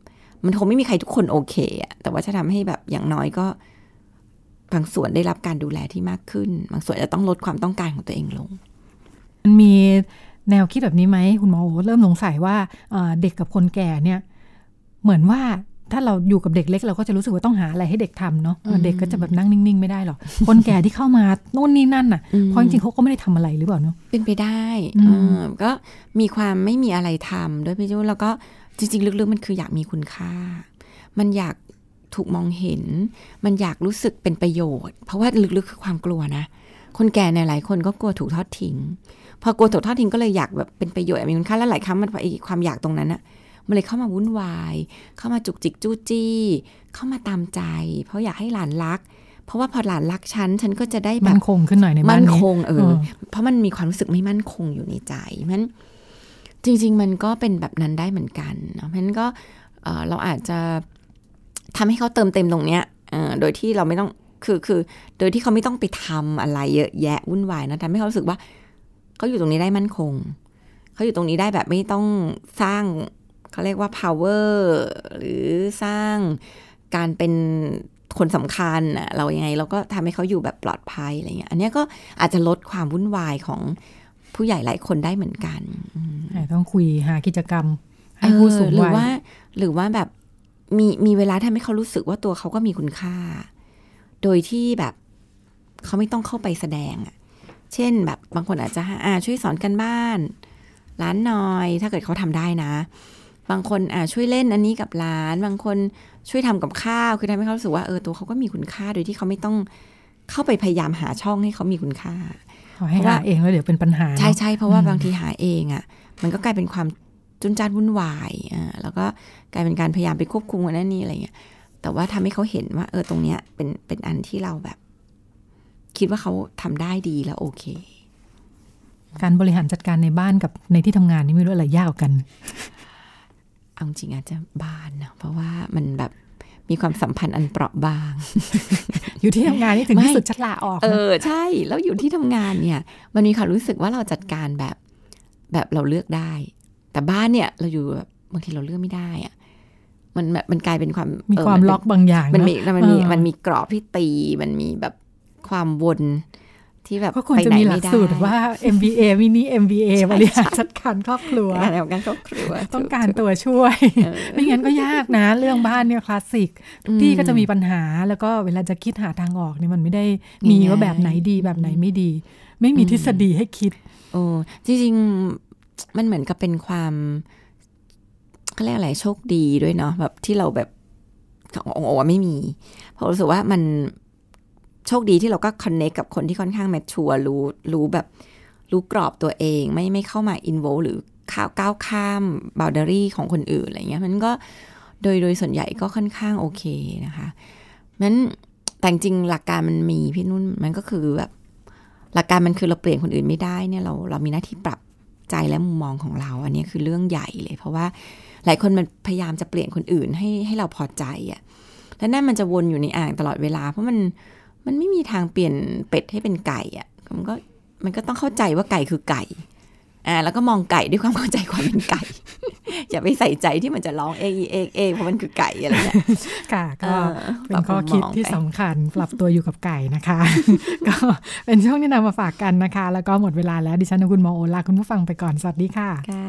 มันคงไม่มีใครทุกคนโอเคอะแต่ว่าจะทำให้แบบอย่างน้อยก็บางส่วนได้รับการดูแลที่มากขึ้นบางส่วนจะต้องลดความต้องการของตัวเองลงมันมีแนวคิดแบบนี้ไหมคุณหมอโอเริ่มสงสัยว่าเด็กกับคนแก่เนี่ยเหมือนว่าถ้าเราอยู่กับเด็กเล็กเราก็จะรู้สึกว่าต้องหาอะไรให้เด็กทำเนาะเด็กก็จะแบบนั่งนิ่งๆไม่ได้หรอกคนแก่ที่เข้ามาโน่นนี่นั่นน่ะเพราะจริงๆเขาก็ไม่ได้ทำอะไรหรือเปล่าเนาะเป็นไปได้ก็มีความไม่มีอะไรทำด้วยพี่จู้แล้วก็จริงๆลึกๆมันคืออยากมีคุณค่ามันอยากถูกมองเห็นมันอยากรู้สึกเป็นประโยชน์เพราะว่าลึกๆคือความกลัวนะคนแก่ในหลายคนก็กลัวถูกทอดทิ้งพอกลัวถูกทอดทิ้งก็เลยอยากแบบเป็นประโยชน์มีคุณค่าแล้วหลายครั้งมันไอ้ความอยากตรงนั้นอะมันเลยเข้ามาวุ่นวายเข้ามาจุกจิกจู้จี้เข้ามาตามใจเพราะอยากให้หลานรักเพราะว่าพอหลานรักฉันฉันก็จะได้แบบมั่นคงขึ้นหน่อยในบ้านนี้มั่นคงเออเพราะมันมีความรู้สึกไม่มั่นคงอยู่ในใจมันจริงๆมันก็เป็นแบบนั้นได้เหมือนกันเพราะฉะนั้นก็เออเราอาจจะทำให้เขาเติมเต็มตรงเนี้ยเออโดยที่เราไม่ต้องคือคือโดยที่เขาไม่ต้องไปทำอะไรเยอะแยะวุ่นวายนะทำให้เขารู้สึกว่าเขาอยู่ตรงนี้ได้มั่นคงเขาอยู่ตรงนี้ได้แบบไม่ต้องสร้างเขาเรียกว่า power หรือสร้างการเป็นคนสำคัญอ่ะเรายังไงเราก็ทำให้เขาอยู่แบบปลอดภัยอะไรเงี้ยอันนี้ก็อาจจะลดความวุ่นวายของผู้ใหญ่หลายคนได้เหมือนกันต้องคุยหากิจกรรมให้ผู้สูงวัยหรือว่าหรือว่าแบบมีมีเวลาทำให้เขารู้สึกว่าตัวเขาก็มีคุณค่าโดยที่แบบเขาไม่ต้องเข้าไปแสดงอ่ะเช่นแบบบางคนอาจจะอ่าช่วยสอนกันบ้านร้านหน่อยถ้าเกิดเขาทำได้นะบางคนอ่าช่วยเล่นอันนี้กับร้านบางคนช่วยทำกับข้าวคือทำให้เขารู้สึกว่าเออตัวเขาก็มีคุณค่าโดยที่เขาไม่ต้องเข้าไปพยายามหาช่องให้เขามีคุณค่าให้หาเองแล้วเดี๋ยวเป็นปัญหาใช่ใช่เพราะว่าบางทีหาเองอ่ะมันก็กลายเป็นความจุนจ้านวุ่นวายอ่าแล้วก็กลายเป็นการพยายามไปควบคุมอันนั้นนี่อะไรเงี้ยแต่ว่าทำให้เขาเห็นว่าเออตรงเนี้ยเป็นเป็นอันที่เราแบบคิดว่าเขาทำได้ดีแล้วโอเคการบริหารจัดการในบ้านกับในที่ทำงานนี่ไม่รู้อะไรยากกว่ากันเอาจริงอาจจะบ้านนะเพราะว่ามันแบบมีความสัมพันธ์อันเปราะบางอยู่ที่ทำงานนี่ถึงที่สุดชัดลาออกเออใช่แล้วอยู่ที่ทำงานเนี่ยมันมีความรู้สึกว่าเราจัดการแบบแบบเราเลือกได้แต่บ้านเนี่ยเราอยู่แบบบางทีเราเลือกไม่ได้อะมันแบบมันกลายเป็นความมีความล็อกบางอย่างมันมีมันมีมันมีกรอบที่ตีมันมีแบบความวนที่แบบก็ควรจะมีหลักสูตรว่า เอ็ม บี เอ มินิ เอ็ม บี เอ บริหารจัดการครอบครัวการครอบครัวต้องการตัวช่วยไม่งั้นก็ยากนะเรื่องบ้านเนี่ยคลาสสิกที่ก็จะมีปัญหาแล้วก็เวลาจะคิดหาทางออกนี่มันไม่ได้มีว่าแบบไหนดีแบบไหนไม่ดีไม่มีทฤษฎีให้คิดโอ้จริงๆมันเหมือนกับเป็นความเขาเรียกอะไรโชคดีด้วยเนาะแบบที่เราแบบโอ้ไม่มีเพราะรู้สึกว่ามันโชคดีที่เราก็คอนเนคกับคนที่ค่อนข้างแมชชัวร์รู้รู้แบบรู้กรอบตัวเองไม่ไม่เข้ามาอินโวหรือก้าวข้ามบาวเดอรี่ของคนอื่นอะไรเงี้ยมันก็โดยโดยส่วนใหญ่ก็ค่อนข้างโอเคนะคะนั้นแต่จริงหลักการมันมีพี่นุ่นมันก็คือแบบหลักการมันคือเราเปลี่ยนคนอื่นไม่ได้เนี่ยเราเรามีหน้าที่ปรับใจและมุมมองของเราอันนี้คือเรื่องใหญ่เลยเพราะว่าหลายคนมันพยายามจะเปลี่ยนคนอื่นให้ให้เราพอใจอ่ะแล้วนั่นมันจะวนอยู่ในอ่างตลอดเวลาเพราะมันมันไม่มีทางเปลี่ยนเป็ดให้เป็นไก่อ่ะมันก็มันก็ต้องเข้าใจว่าไก่คือไก่อ่าแล้วก็มองไก่ด้วยความเข้าใจความเป็นไก่ อย่าไปใส่ใจที่มันจะร้องเอเอเอเพราะมันคือไก่อะไรเงี้ยค่ะก็เป็นข้อคิดที่สำคัญปรับตัวอยู่กับไก่นะคะก็เป็นช่วงที่นำมาฝากกันนะคะแล้วก็หมดเวลาแล้วดิฉันคุณหมอโอลาคุณผู้ฟังไปก่อนสวัสดีค่ะค่ะ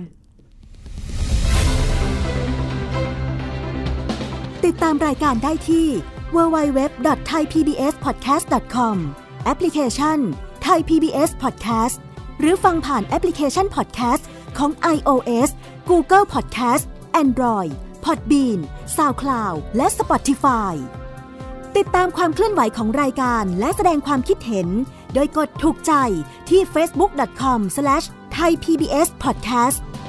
ติดตามรายการได้ที่ ดับเบิลยู ดับเบิลยู ดับเบิลยู ดอท ไทย พี บี เอส พอดแคสต์ ดอท คอม แอปพลิเคชัน Thai พี บี เอส Podcast หรือฟังผ่านแอปพลิเคชัน Podcast ของ iOS Google Podcast Android Podbean SoundCloud และ Spotify ติดตามความเคลื่อนไหวของรายการและแสดงความคิดเห็นโดยกดถูกใจที่ เฟซบุ๊ก ดอท คอม สแลช ไทย พี บี เอส พอดแคสต์